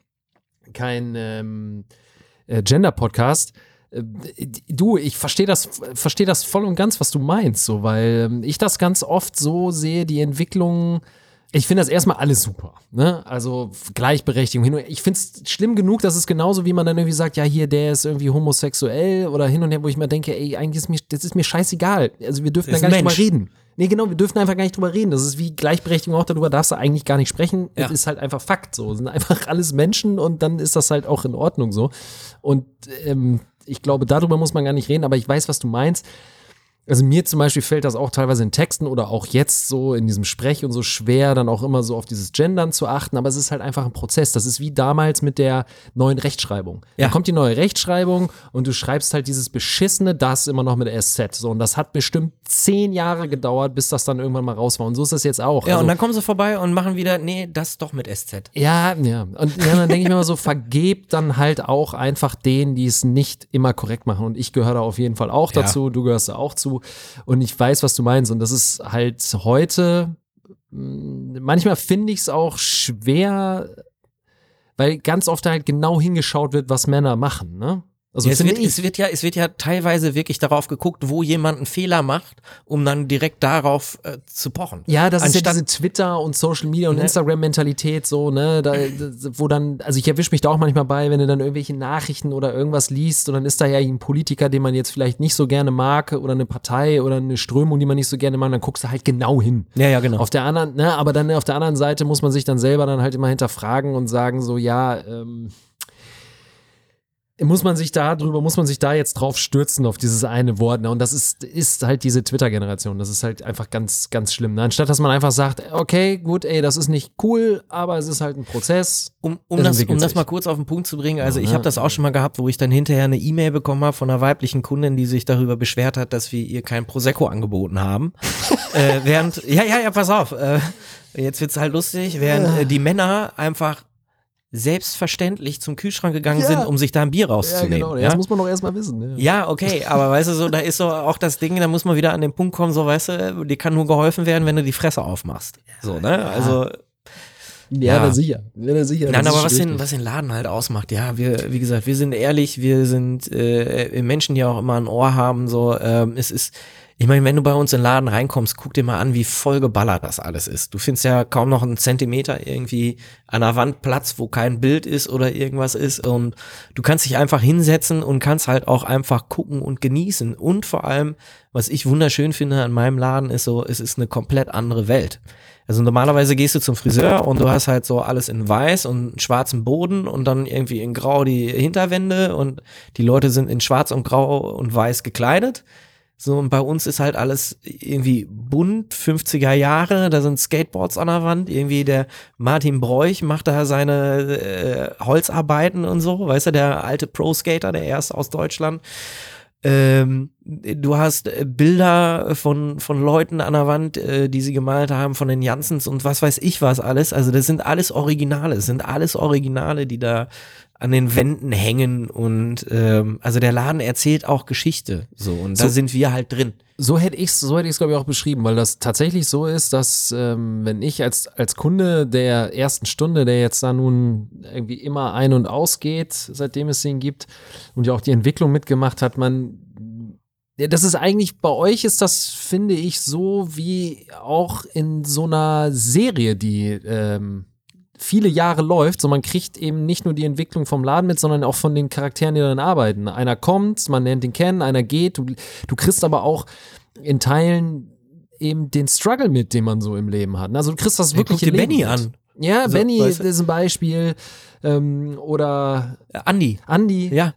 Gender-Podcast. Du, ich verstehe das voll und ganz, was du meinst, so, weil ich das ganz oft so sehe, die Entwicklung. Ich finde das erstmal alles super, ne? Also Gleichberechtigung. Ich finde es schlimm genug, dass es genauso, wie man dann irgendwie sagt, ja, hier, der ist irgendwie homosexuell oder hin und her, wo ich mir denke, ey, eigentlich das ist mir scheißegal. Also wir dürfen da gar nicht drüber reden. Nee, genau, wir dürfen einfach gar nicht drüber reden. Das ist wie Gleichberechtigung auch, darüber darfst du eigentlich gar nicht sprechen. Ja. Es ist halt einfach Fakt so. Es sind einfach alles Menschen und dann ist das halt auch in Ordnung so. Und ich glaube, darüber muss man gar nicht reden, aber ich weiß, was du meinst. Also mir zum Beispiel fällt das auch teilweise in Texten oder auch jetzt so in diesem Sprech und so schwer, dann auch immer so auf dieses Gendern zu achten, aber es ist halt einfach ein Prozess. Das ist wie damals mit der neuen Rechtschreibung. Ja. Dann kommt die neue Rechtschreibung und du schreibst halt dieses beschissene Das immer noch mit SZ. So, und das hat bestimmt 10 Jahre gedauert, bis das dann irgendwann mal raus war. Und so ist das jetzt auch. Ja, Also, und dann kommen sie vorbei und machen wieder, nee, das doch mit SZ. ja. Und ja, dann denke ich mir immer so, vergebt dann halt auch einfach denen, die es nicht immer korrekt machen. Und ich gehöre da auf jeden Fall auch dazu, du gehörst da auch zu. Und ich weiß, was du meinst. Und das ist halt heute, manchmal finde ich es auch schwer, weil ganz oft halt genau hingeschaut wird, was Männer machen, ne? Also Ja, finde es wird ja teilweise wirklich darauf geguckt, wo jemand einen Fehler macht, um dann direkt darauf zu pochen. Ja, das ist ja Anstatt- diese Twitter und Social Media und Ne? Instagram-Mentalität so, ne, wo dann, also ich erwische mich da auch manchmal bei, wenn du dann irgendwelche Nachrichten oder irgendwas liest und dann ist da ja ein Politiker, den man jetzt vielleicht nicht so gerne mag oder eine Partei oder eine Strömung, die man nicht so gerne mag, dann guckst du halt genau hin. Ja, genau. Auf der anderen, ne, aber dann auf der anderen Seite muss man sich dann selber dann halt immer hinterfragen und sagen so, ja, muss man sich da jetzt drauf stürzen auf dieses eine Wort, ne? Und das ist halt diese Twitter-Generation. Das ist halt einfach ganz, ganz schlimm. Ne? Anstatt dass man einfach sagt, okay, gut, ey, das ist nicht cool, aber es ist halt ein Prozess. Um Es entwickelt das sich. mal kurz auf den Punkt zu bringen, also Ja, ich ne? habe das auch schon mal gehabt, wo ich dann hinterher eine E-Mail bekommen habe von einer weiblichen Kundin, die sich darüber beschwert hat, dass wir ihr kein Prosecco angeboten haben. Pass auf, jetzt wird's halt lustig, während die Männer einfach selbstverständlich zum Kühlschrank gegangen sind, um sich da ein Bier rauszunehmen. genau. Ja? Das muss man doch erstmal wissen. Ne? Ja, okay, aber weißt du so, da ist so auch das Ding, da muss man wieder an den Punkt kommen, so weißt du, dir kann nur geholfen werden, wenn du die Fresse aufmachst. So, ne? Also Ja, Ja. na sicher. Nein, Das aber ist was den Laden halt ausmacht, ja, wie gesagt, wir sind ehrlich, wir sind Menschen, die auch immer ein Ohr haben, so, ich meine, wenn du bei uns in den Laden reinkommst, guck dir mal an, wie voll geballert das alles ist. Du findest ja kaum noch einen Zentimeter irgendwie an der Wand Platz, wo kein Bild ist oder irgendwas ist und du kannst dich einfach hinsetzen und kannst halt auch einfach gucken und genießen und vor allem, was ich wunderschön finde an meinem Laden ist so, es ist eine komplett andere Welt. Also normalerweise gehst du zum Friseur und du hast halt so alles in weiß und einen schwarzen Boden und dann irgendwie in grau die Hinterwände und die Leute sind in schwarz und grau und weiß gekleidet. So, und bei uns ist halt alles irgendwie bunt, 50er Jahre, da sind Skateboards an der Wand, irgendwie der Martin Broich macht da seine Holzarbeiten und so, weißt du, der alte Pro-Skater, der erste aus Deutschland. Du hast Bilder von Leuten an der Wand, die sie gemalt haben, von den Janssens und was weiß ich was alles. Also das sind alles Originale, die da an den Wänden hängen und also der Laden erzählt auch Geschichte. So, und da sind wir halt drin. So hätte ich es, glaube ich, auch beschrieben, weil das tatsächlich so ist, dass wenn ich als Kunde der ersten Stunde, der jetzt da nun irgendwie immer ein- und ausgeht, seitdem es den gibt und ja auch die Entwicklung mitgemacht hat, das ist eigentlich, bei euch ist das, finde ich, so wie auch in so einer Serie, die viele Jahre läuft, so man kriegt eben nicht nur die Entwicklung vom Laden mit, sondern auch von den Charakteren, die darin arbeiten. Einer kommt, man lernt ihn kennen, einer geht, du kriegst aber auch in Teilen eben den Struggle mit, den man so im Leben hat. Also du kriegst das wirklich Guck dir Leben Benny mit. an. Ja, So, Benny weißt du? ist ein Beispiel oder Andi. Andi. Ja.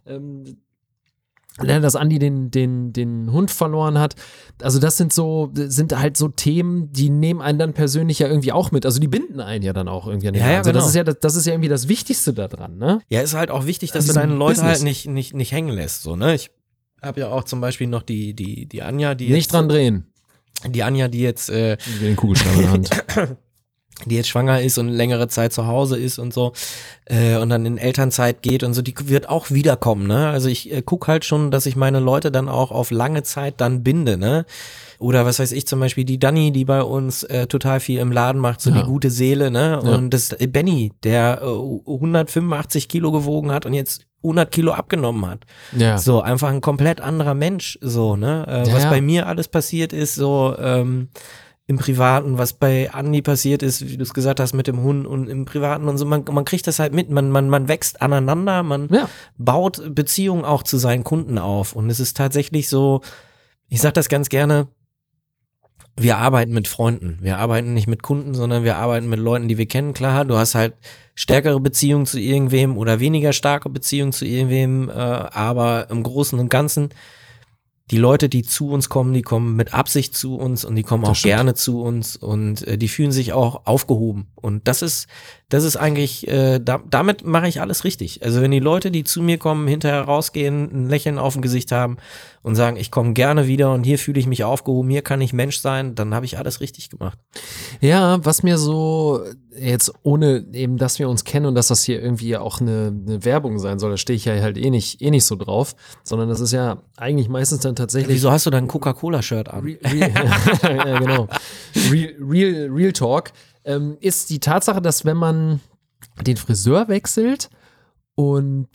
Dass Andi den Hund verloren hat. Also das sind halt so Themen, die nehmen einen dann persönlich ja irgendwie auch mit. Also die binden einen ja dann auch irgendwie an den Ja, Laden. Also genau. das ist ja irgendwie das Wichtigste daran, ne? Ja, ist halt auch wichtig, dass An du deine diesem Leute Business. halt nicht hängen lässt. So, ne? Ich habe ja auch zum Beispiel noch die Anja, die Nicht jetzt, dran drehen. die Anja, die jetzt Wie den Kugelschreiber in der Hand. die jetzt schwanger ist und längere Zeit zu Hause ist und so und dann in Elternzeit geht und so, die wird auch wiederkommen, ne? Also ich guck halt schon, dass ich meine Leute dann auch auf lange Zeit dann binde, ne? Oder was weiß ich, zum Beispiel die Dani, die bei uns total viel im Laden macht, so Ja. die gute Seele, ne? Ja. Und das Benny, der 185 Kilo gewogen hat und jetzt 100 Kilo abgenommen hat. Ja. So, einfach ein komplett anderer Mensch, so, ne? Was ja. bei mir alles passiert ist, so, im Privaten, was bei Andi passiert ist, wie du es gesagt hast, mit dem Hund und im Privaten und so, man kriegt das halt mit, man wächst aneinander, man Ja. baut Beziehungen auch zu seinen Kunden auf und es ist tatsächlich so, ich sag das ganz gerne, wir arbeiten mit Freunden, wir arbeiten nicht mit Kunden, sondern wir arbeiten mit Leuten, die wir kennen, klar, du hast halt stärkere Beziehungen zu irgendwem oder weniger starke Beziehungen zu irgendwem, aber im Großen und Ganzen die Leute, die zu uns kommen, die kommen mit Absicht zu uns und die kommen auch gerne zu uns und die fühlen sich auch aufgehoben. Und das ist eigentlich, damit mache ich alles richtig. Also wenn die Leute, die zu mir kommen, hinterher rausgehen, ein Lächeln auf dem Gesicht haben und sagen, ich komme gerne wieder und hier fühle ich mich aufgehoben, hier kann ich Mensch sein, dann habe ich alles richtig gemacht. Ja, was mir so jetzt ohne eben, dass wir uns kennen und dass das hier irgendwie auch eine Werbung sein soll, da stehe ich ja halt eh nicht so drauf, sondern das ist ja eigentlich meistens dann tatsächlich. Wieso hast du dann ein Coca-Cola-Shirt an? Ja, genau. Real Talk ist die Tatsache, dass wenn man den Friseur wechselt und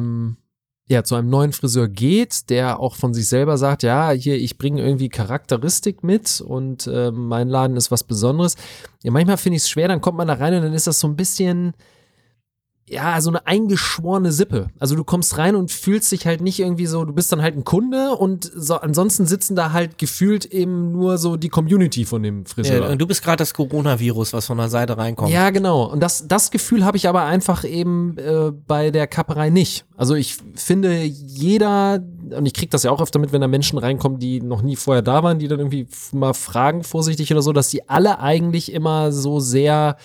zu einem neuen Friseur geht, der auch von sich selber sagt, ja, hier, ich bringe irgendwie Charakteristik mit und mein Laden ist was Besonderes. Ja, manchmal finde ich es schwer, dann kommt man da rein und dann ist das so ein bisschen, ja, so eine eingeschworene Sippe. Also du kommst rein und fühlst dich halt nicht irgendwie so, du bist dann halt ein Kunde und so, ansonsten sitzen da halt gefühlt eben nur so die Community von dem Friseur. Ja, und du bist gerade das Coronavirus, was von der Seite reinkommt. Ja, genau. Und das Gefühl habe ich aber einfach eben bei der Kapperei nicht. Also ich finde jeder, und ich kriege das ja auch öfter mit, wenn da Menschen reinkommen, die noch nie vorher da waren, die dann irgendwie mal fragen, vorsichtig oder so, dass die alle eigentlich immer so sehr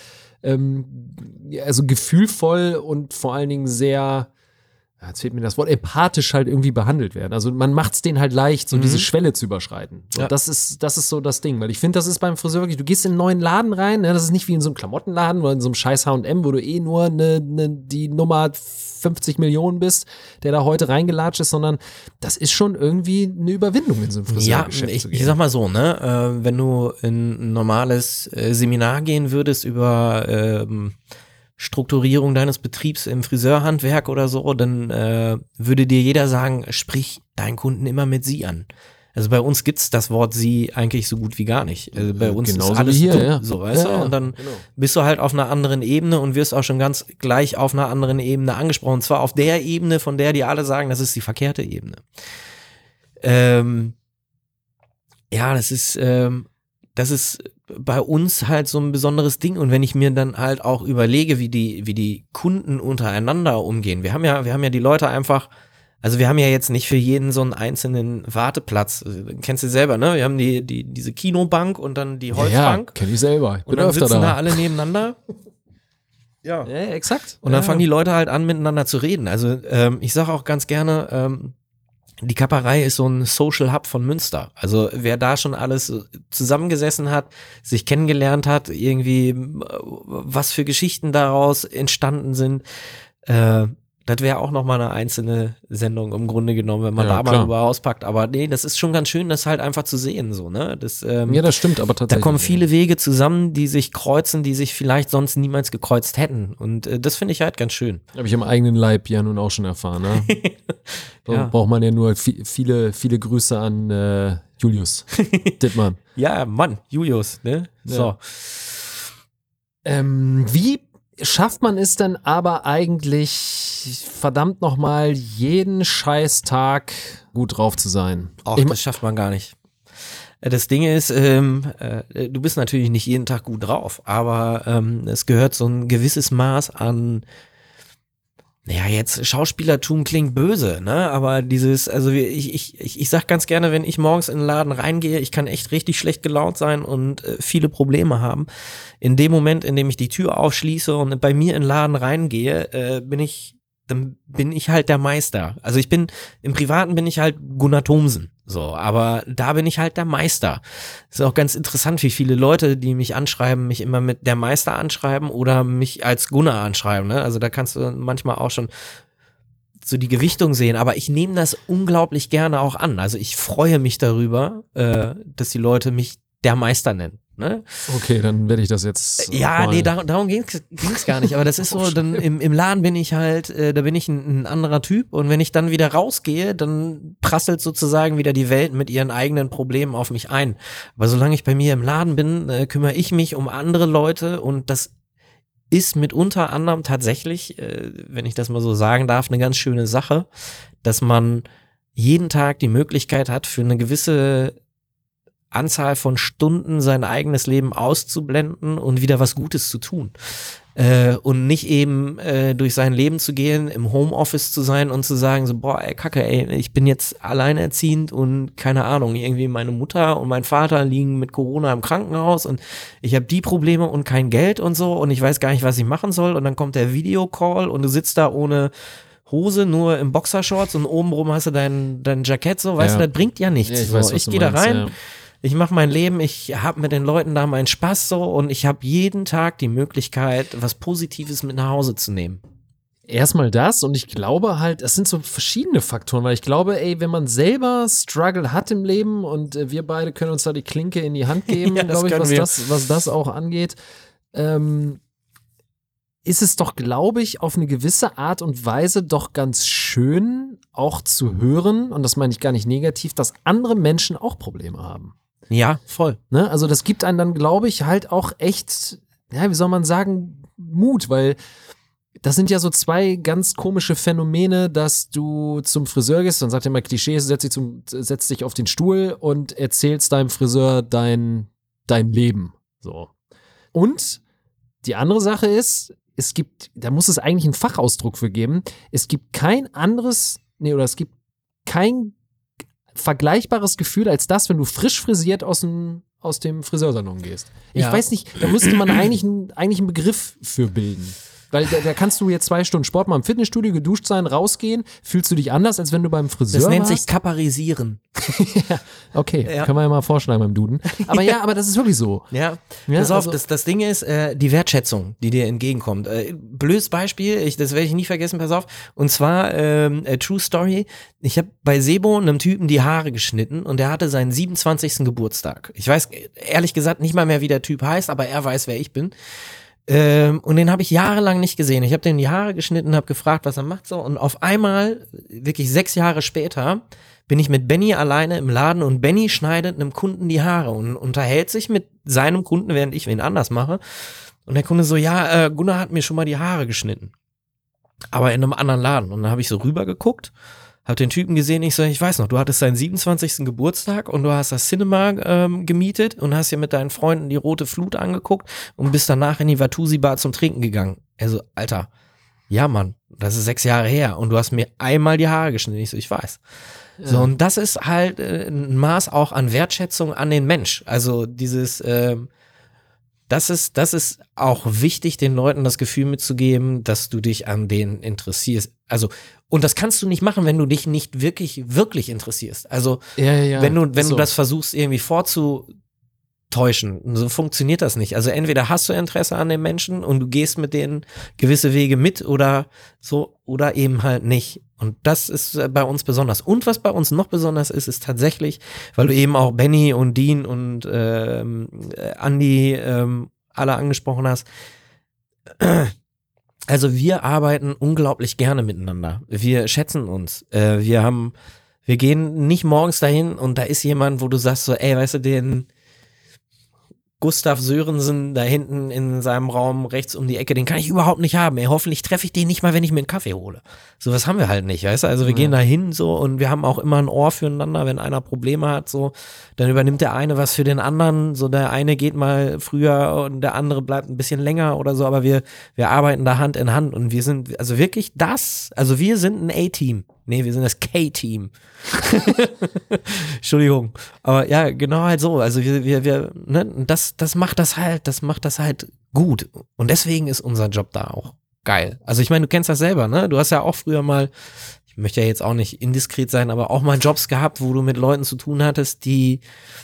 also gefühlvoll und vor allen Dingen sehr, jetzt fehlt mir das Wort, empathisch halt irgendwie behandelt werden. Also man macht es denen halt leicht, so diese Schwelle zu überschreiten. So, ja. Das ist so das Ding, weil ich finde, das ist beim Friseur wirklich, du gehst in einen neuen Laden rein, ne, das ist nicht wie in so einem Klamottenladen oder in so einem scheiß H&M, wo du eh nur die Nummer 50 Millionen bist, der da heute reingelatscht ist, sondern das ist schon irgendwie eine Überwindung in so einem Friseurgeschäft zu gehen. Ich sag mal so, ne, wenn du in ein normales Seminar gehen würdest über Strukturierung deines Betriebs im Friseurhandwerk oder so, dann würde dir jeder sagen, sprich deinen Kunden immer mit Sie an. Also bei uns gibt's das Wort Sie eigentlich so gut wie gar nicht. Also bei uns genauso ist alles wie hier, dumm, ja. so, weißt du? Ja, und dann genau. bist du halt auf einer anderen Ebene und wirst auch schon ganz gleich auf einer anderen Ebene angesprochen. Und zwar auf der Ebene, von der die alle sagen, das ist die verkehrte Ebene. Ja, das ist bei uns halt so ein besonderes Ding. Und wenn ich mir dann halt auch überlege, wie die Kunden untereinander umgehen. Wir haben ja die Leute einfach, also wir haben ja jetzt nicht für jeden so einen einzelnen Warteplatz. Kennst du selber, ne? Wir haben diese Kinobank und dann die Holzbank. Ja, kenn ich selber. Ich bin und dann öfter sitzen da da. alle nebeneinander. Ja, exakt. und dann fangen die Leute halt an, miteinander zu reden. Also ich sage auch ganz gerne, die Kapperei ist so ein Social Hub von Münster. Also wer da schon alles zusammengesessen hat, sich kennengelernt hat, irgendwie was für Geschichten daraus entstanden sind, das wäre auch nochmal eine einzelne Sendung im Grunde genommen, wenn man da mal drüber auspackt. Aber nee, das ist schon ganz schön, das halt einfach zu sehen, so, ne? Das stimmt, aber tatsächlich. Da kommen viele Wege zusammen, die sich kreuzen, die sich vielleicht sonst niemals gekreuzt hätten. Und das finde ich halt ganz schön. Habe ich am eigenen Leib ja nun auch schon erfahren, ne? Da braucht man ja nur viele Grüße an Julius Dittmann. Ja, Mann, Julius, ne? So. Wie schafft man es denn aber eigentlich, verdammt nochmal, jeden Scheißtag gut drauf zu sein? Ach, das schafft man gar nicht. Das Ding ist, du bist natürlich nicht jeden Tag gut drauf, aber es gehört so ein gewisses Maß an, ja, jetzt Schauspielertum klingt böse, ne? Aber ich sag ganz gerne, wenn ich morgens in den Laden reingehe, ich kann echt richtig schlecht gelaunt sein und viele Probleme haben. In dem Moment, in dem ich die Tür aufschließe und bei mir in den Laden reingehe, bin ich halt der Meister. Also im Privaten bin ich halt Gunnar Thomsen, so, aber da bin ich halt der Meister. Das ist auch ganz interessant, wie viele Leute, die mich anschreiben, mich immer mit der Meister anschreiben oder mich als Gunnar anschreiben, ne? Also da kannst du manchmal auch schon so die Gewichtung sehen, aber ich nehme das unglaublich gerne auch an. Also ich freue mich darüber, dass die Leute mich der Meister nennen. Ne? Okay, dann werde ich das jetzt. Ja, nee, darum ging's gar nicht. Aber das ist so, dann im Laden bin ich halt, da bin ich ein anderer Typ. Und wenn ich dann wieder rausgehe, dann prasselt sozusagen wieder die Welt mit ihren eigenen Problemen auf mich ein. Aber solange ich bei mir im Laden bin, kümmere ich mich um andere Leute. Und das ist mit unter anderem tatsächlich, wenn ich das mal so sagen darf, eine ganz schöne Sache, dass man jeden Tag die Möglichkeit hat, für eine gewisse Anzahl von Stunden sein eigenes Leben auszublenden und wieder was Gutes zu tun. Und nicht eben durch sein Leben zu gehen, im Homeoffice zu sein und zu sagen so, boah, ey, Kacke, ey, ich bin jetzt alleinerziehend und keine Ahnung, irgendwie meine Mutter und mein Vater liegen mit Corona im Krankenhaus und ich habe die Probleme und kein Geld und so und ich weiß gar nicht, was ich machen soll und dann kommt der Videocall und du sitzt da ohne Hose, nur im Boxershorts und obenrum hast du dein Jackett so, weißt du, das bringt ja nichts. Ja, ich weiß, so. was Ich du gehe da meinst, rein, ja. ich mache mein Leben, ich habe mit den Leuten da meinen Spaß so und ich habe jeden Tag die Möglichkeit, was Positives mit nach Hause zu nehmen. Erstmal das und ich glaube halt, es sind so verschiedene Faktoren, weil ich glaube, ey, wenn man selber Struggle hat im Leben und wir beide können uns da die Klinke in die Hand geben, Ja, das glaube ich, können wir. was das auch angeht, ist es doch, glaube ich, auf eine gewisse Art und Weise doch ganz schön auch zu hören, und das meine ich gar nicht negativ, dass andere Menschen auch Probleme haben. Ja, voll. Ne? Also das gibt einem dann, glaube ich, halt auch echt, ja, wie soll man sagen, Mut, weil das sind ja so zwei ganz komische Phänomene, dass du zum Friseur gehst, dann sagt er mal Klischee, setz dich auf den Stuhl und erzählst deinem Friseur dein Leben. So. Und die andere Sache ist, da muss es eigentlich einen Fachausdruck für geben, es gibt kein vergleichbares Gefühl als das, wenn du frisch frisiert aus dem Friseursalon gehst. Ich Ja. weiß nicht, da müsste man eigentlich einen Begriff für bilden. Weil da kannst du jetzt 2 Stunden Sport mal im Fitnessstudio, geduscht sein, rausgehen, fühlst du dich anders, als wenn du beim Friseur Das nennt warst? sich Kaparisieren. Okay, Ja. können wir ja mal vorschlagen beim Duden. Aber ja, aber das ist wirklich so. Ja, Ja, pass auf, also- das Ding ist die Wertschätzung, die dir entgegenkommt. Blödes Beispiel, das werde ich nie vergessen, pass auf. Und zwar, True Story, ich habe bei Sebo einem Typen die Haare geschnitten und der hatte seinen 27. Geburtstag. Ich weiß ehrlich gesagt nicht mal mehr, wie der Typ heißt, aber er weiß, wer ich bin. Und den habe ich jahrelang nicht gesehen. Ich habe den die Haare geschnitten, habe gefragt, was er macht so. Und auf einmal, wirklich 6 Jahre später, bin ich mit Benny alleine im Laden und Benny schneidet einem Kunden die Haare und unterhält sich mit seinem Kunden, während ich wen anders mache. Und der Kunde so, ja, Gunnar hat mir schon mal die Haare geschnitten. Aber in einem anderen Laden. Und dann habe ich so rüber geguckt, habe den Typen gesehen, ich weiß noch, du hattest deinen 27. Geburtstag und du hast das Cinema gemietet und hast dir mit deinen Freunden die Rote Flut angeguckt und bist danach in die Watusi Bar zum Trinken gegangen. Also, Alter, ja Mann, das ist 6 Jahre her und du hast mir einmal die Haare geschnitten. Ich weiß. So, und das ist halt ein Maß auch an Wertschätzung an den Mensch. Also dieses, das ist auch wichtig, den Leuten das Gefühl mitzugeben, dass du dich an denen interessierst. Also, und das kannst du nicht machen, wenn du dich nicht wirklich, wirklich interessierst. Also, Ja. wenn du So. das versuchst, irgendwie vorzutäuschen, so funktioniert das nicht. Also, entweder hast du Interesse an den Menschen und du gehst mit denen gewisse Wege mit oder so, oder eben halt nicht. Und das ist bei uns besonders. Und was bei uns noch besonders ist, ist tatsächlich, weil du eben auch Benny und Dean und Andi alle angesprochen hast. Also wir arbeiten unglaublich gerne miteinander. Wir schätzen uns. Wir gehen nicht morgens dahin und da ist jemand, wo du sagst so, ey, weißt du, den Gustav Sörensen da hinten in seinem Raum rechts um die Ecke, den kann ich überhaupt nicht haben. Ey, hoffentlich treffe ich den nicht mal, wenn ich mir einen Kaffee hole. So was haben wir halt nicht, weißt du? Also wir gehen da hin so und wir haben auch immer ein Ohr füreinander, wenn einer Probleme hat, so, dann übernimmt der eine was für den anderen, so der eine geht mal früher und der andere bleibt ein bisschen länger oder so, aber wir arbeiten da Hand in Hand und wir sind, also wirklich also wir sind ein A-Team. Nee, wir sind das K-Team. Entschuldigung. Aber ja, genau halt so. Also wir ne, das macht das halt gut. Und deswegen ist unser Job da auch geil. Also ich meine, du kennst das selber, ne? Du hast ja auch früher mal, ich möchte ja jetzt auch nicht indiskret sein, aber auch mal Jobs gehabt, wo du mit Leuten zu tun hattest, die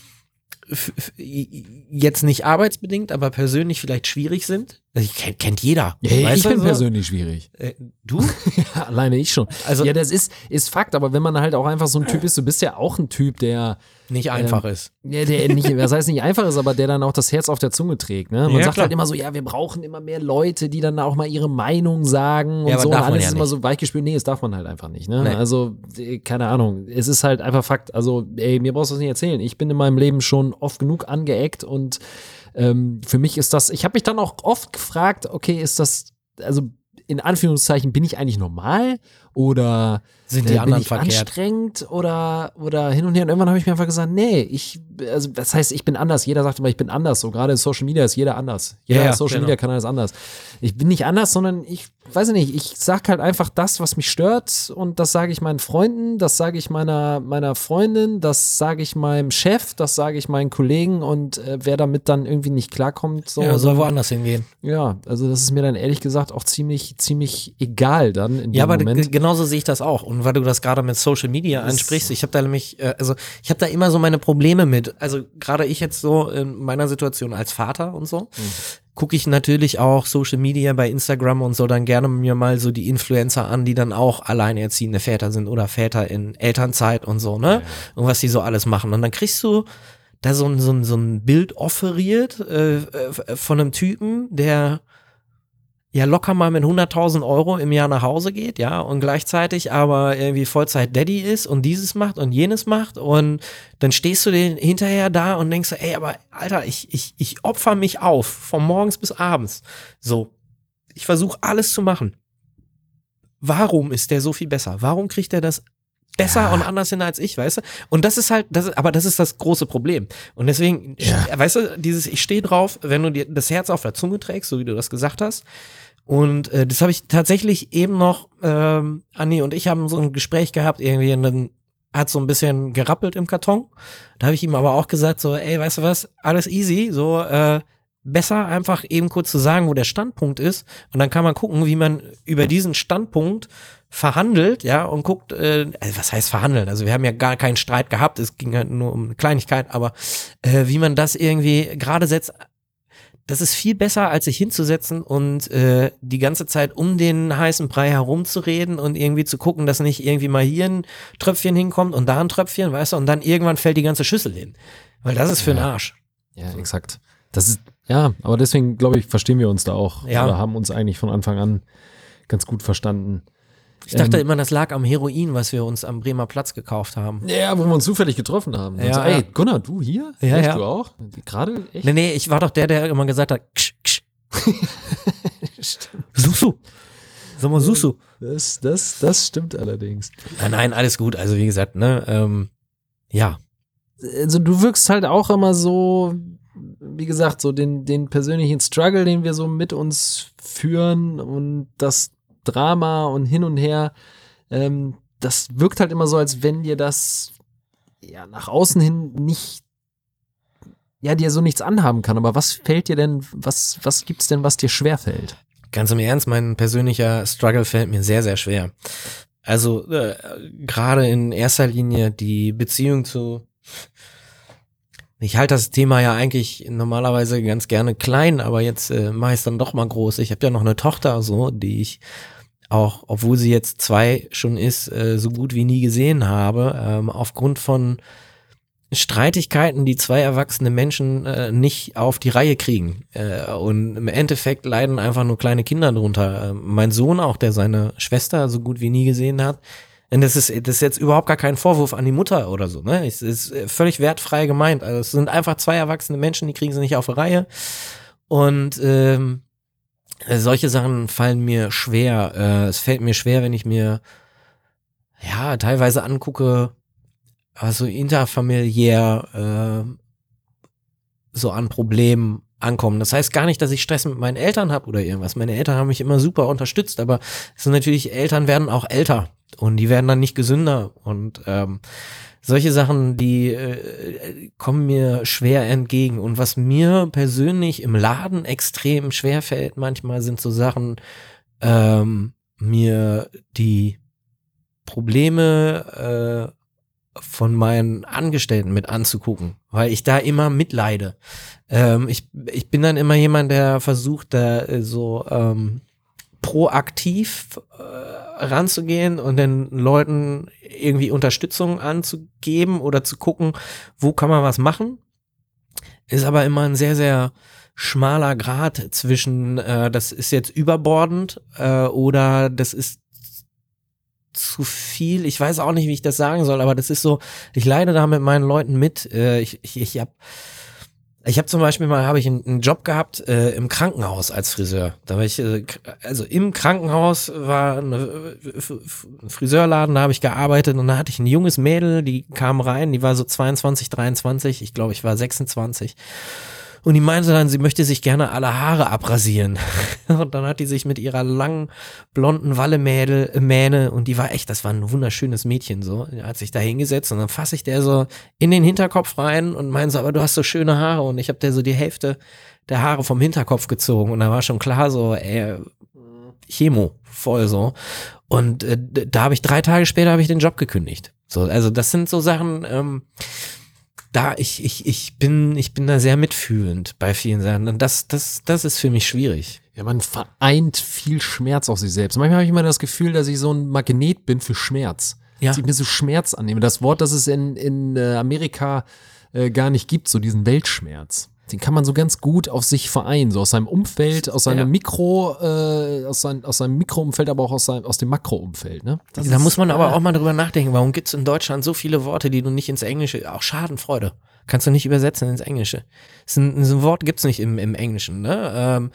jetzt nicht arbeitsbedingt, aber persönlich vielleicht schwierig sind. Also kennt jeder. Ja, Weißt ich du bin so? persönlich schwierig. Du? Ja, alleine ich schon. Also- ja, das ist Fakt, aber wenn man halt auch einfach so ein Typ ist, du bist ja auch ein Typ, der Nicht einfach ist. Ja, der nicht, das heißt nicht einfach ist, aber der dann auch das Herz auf der Zunge trägt. Ne? Man Ja, sagt klar. halt immer so, ja, wir brauchen immer mehr Leute, die dann auch mal ihre Meinung sagen und Ja, aber so. Und darf man alles ja ist immer nicht. so weichgespült. Nee, das darf man halt einfach nicht. Ne? Nee. Also, keine Ahnung. Es ist halt einfach Fakt. Also, ey, mir brauchst du das nicht erzählen. Ich bin in meinem Leben schon oft genug angeeckt und für mich ist das, ich habe mich dann auch oft gefragt, okay, ist das, also in Anführungszeichen, bin ich eigentlich normal oder Sind die bin anderen ich verkehrt? anstrengend oder hin und her. Und irgendwann habe ich mir einfach gesagt, nee, also das heißt, ich bin anders. Jeder sagt immer, ich bin anders. So gerade in Social Media ist jeder anders. Jeder Ja, in Social genau. Media kann alles anders. Ich bin nicht anders, sondern ich weiß nicht, ich sag halt einfach das, was mich stört und das sage ich meinen Freunden, das sage ich meiner Freundin, das sage ich meinem Chef, das sage ich meinen Kollegen und wer damit dann irgendwie nicht klarkommt, so. Ja, soll woanders hingehen. Ja, also das ist mir dann ehrlich gesagt auch ziemlich egal dann in dem Ja, aber Moment. genauso sehe ich das auch. Und weil du das gerade mit Social Media ansprichst, ich habe da nämlich, ich habe da immer so meine Probleme mit. Also gerade ich jetzt so in meiner Situation als Vater und so, gucke ich natürlich auch Social Media bei Instagram und so dann gerne mir mal so die Influencer an, die dann auch alleinerziehende Väter sind oder Väter in Elternzeit und so, ne? Und was die so alles machen. Und dann kriegst du da so ein Bild offeriert von einem Typen, der ja locker mal mit 100.000 Euro im Jahr nach Hause geht, ja, und gleichzeitig aber irgendwie Vollzeit-Daddy ist und dieses macht und jenes macht und dann stehst du den hinterher da und denkst so, ey, aber Alter, ich opfer mich auf, von morgens bis abends. So, ich versuche alles zu machen. Warum ist der so viel besser? Warum kriegt er das besser und anders hin als ich, weißt du? Und das ist halt, das ist das große Problem. Und deswegen, weißt du, ich stehe drauf, wenn du dir das Herz auf der Zunge trägst, so wie du das gesagt hast. Und das habe ich tatsächlich eben noch, Anni und ich haben so ein Gespräch gehabt, irgendwie, und dann hat so ein bisschen gerappelt im Karton. Da habe ich ihm aber auch gesagt, so, ey, weißt du was, alles easy, so, besser einfach eben kurz zu sagen, wo der Standpunkt ist. Und dann kann man gucken, wie man über diesen Standpunkt verhandelt, ja, und guckt, was heißt verhandeln? Also wir haben ja gar keinen Streit gehabt, es ging halt nur um eine Kleinigkeit, aber wie man das irgendwie gerade setzt, das ist viel besser, als sich hinzusetzen und die ganze Zeit um den heißen Brei herumzureden und irgendwie zu gucken, dass nicht irgendwie mal hier ein Tröpfchen hinkommt und da ein Tröpfchen, weißt du, und dann irgendwann fällt die ganze Schüssel hin. Weil das ist für den Arsch. Ja, exakt. Das ist, ja, aber deswegen, glaube ich, verstehen wir uns da auch. Ja. Oder haben uns eigentlich von Anfang an ganz gut verstanden. Ich dachte immer, das lag am Heroin, was wir uns am Bremer Platz gekauft haben. Ja, wo wir uns zufällig getroffen haben. Ja, Also, ja. ey, Gunnar, du hier? Ja, Echt, ja. du auch? Gerade? Echt? Nee, ich war doch der immer gesagt hat, ksch, ksch. Susu. Sag mal Susu. Das stimmt allerdings. Nein, alles gut. Also wie gesagt, ne, ja. Also du wirkst halt auch immer so, wie gesagt, so den persönlichen Struggle, den wir so mit uns führen und das Drama und hin und her, das wirkt halt immer so, als wenn dir das ja nach außen hin nicht, ja, dir so nichts anhaben kann. Aber was fällt dir denn, was gibt's denn, was dir schwerfällt? Ganz im Ernst, mein persönlicher Struggle fällt mir sehr, sehr schwer. Also gerade in erster Linie die Beziehung zu, ich halte das Thema ja eigentlich normalerweise ganz gerne klein, aber jetzt mache ich es dann doch mal groß. Ich habe ja noch eine Tochter, so, die ich auch, obwohl sie jetzt 2 schon ist, so gut wie nie gesehen habe, aufgrund von Streitigkeiten, die 2 erwachsene Menschen nicht auf die Reihe kriegen. Und im Endeffekt leiden einfach nur kleine Kinder drunter. Mein Sohn auch, der seine Schwester so gut wie nie gesehen hat. Und das ist jetzt überhaupt gar kein Vorwurf an die Mutter oder so, ne? Es ist völlig wertfrei gemeint. Also es sind einfach 2 erwachsene Menschen, die kriegen sie nicht auf die Reihe. Und solche Sachen fallen mir schwer. Es fällt mir schwer, wenn ich mir ja teilweise angucke, also interfamiliär so an Problemen ankommen. Das heißt gar nicht, dass ich Stress mit meinen Eltern habe oder irgendwas. Meine Eltern haben mich immer super unterstützt, aber es sind natürlich, Eltern werden auch älter und die werden dann nicht gesünder und solche Sachen, die kommen mir schwer entgegen. Und was mir persönlich im Laden extrem schwer fällt manchmal, sind so Sachen, mir die Probleme von meinen Angestellten mit anzugucken, weil ich da immer mitleide. Ich bin dann immer jemand, der versucht, da so proaktiv ranzugehen und den Leuten irgendwie Unterstützung anzugeben oder zu gucken, wo kann man was machen. Ist aber immer ein sehr, sehr schmaler Grat zwischen, das ist jetzt überbordend oder das ist zu viel. Ich weiß auch nicht, wie ich das sagen soll, aber das ist so, ich leide da mit meinen Leuten mit. Ich habe Ich habe zum Beispiel mal einen Job gehabt im Krankenhaus als Friseur. Da war ich, also im Krankenhaus war ein Friseurladen, da habe ich gearbeitet und da hatte ich ein junges Mädel, die kam rein, die war so 22, 23, ich glaube, ich war 26. Und die meinte dann, sie möchte sich gerne alle Haare abrasieren. Und dann hat die sich mit ihrer langen, blonden Wallemähne und die war echt, das war ein wunderschönes Mädchen so, die hat sich da hingesetzt und dann fasse ich der so in den Hinterkopf rein und meinte so, aber du hast so schöne Haare und ich habe der so die Hälfte der Haare vom Hinterkopf gezogen und da war schon klar so, Chemo, voll so. Und da habe ich 3 Tage später habe ich den Job gekündigt. So, also das sind so Sachen, ich bin da sehr mitfühlend bei vielen Sachen und das ist für mich schwierig. Ja, man vereint viel Schmerz auf sich selbst. Manchmal habe ich immer das Gefühl, dass ich so ein Magnet bin für Schmerz. Ja. Dass ich mir so Schmerz annehme. Das Wort, das es in Amerika gar nicht gibt, so diesen Weltschmerz. Den kann man so ganz gut auf sich vereinen, so aus seinem Umfeld, aus seinem aus seinem Mikroumfeld, aber auch aus dem Makroumfeld. Ne? Da muss man aber auch mal drüber nachdenken, warum gibt es in Deutschland so viele Worte, die du nicht ins Englische, auch Schadenfreude, kannst du nicht übersetzen ins Englische. So ein Wort gibt's nicht im Englischen. Ne?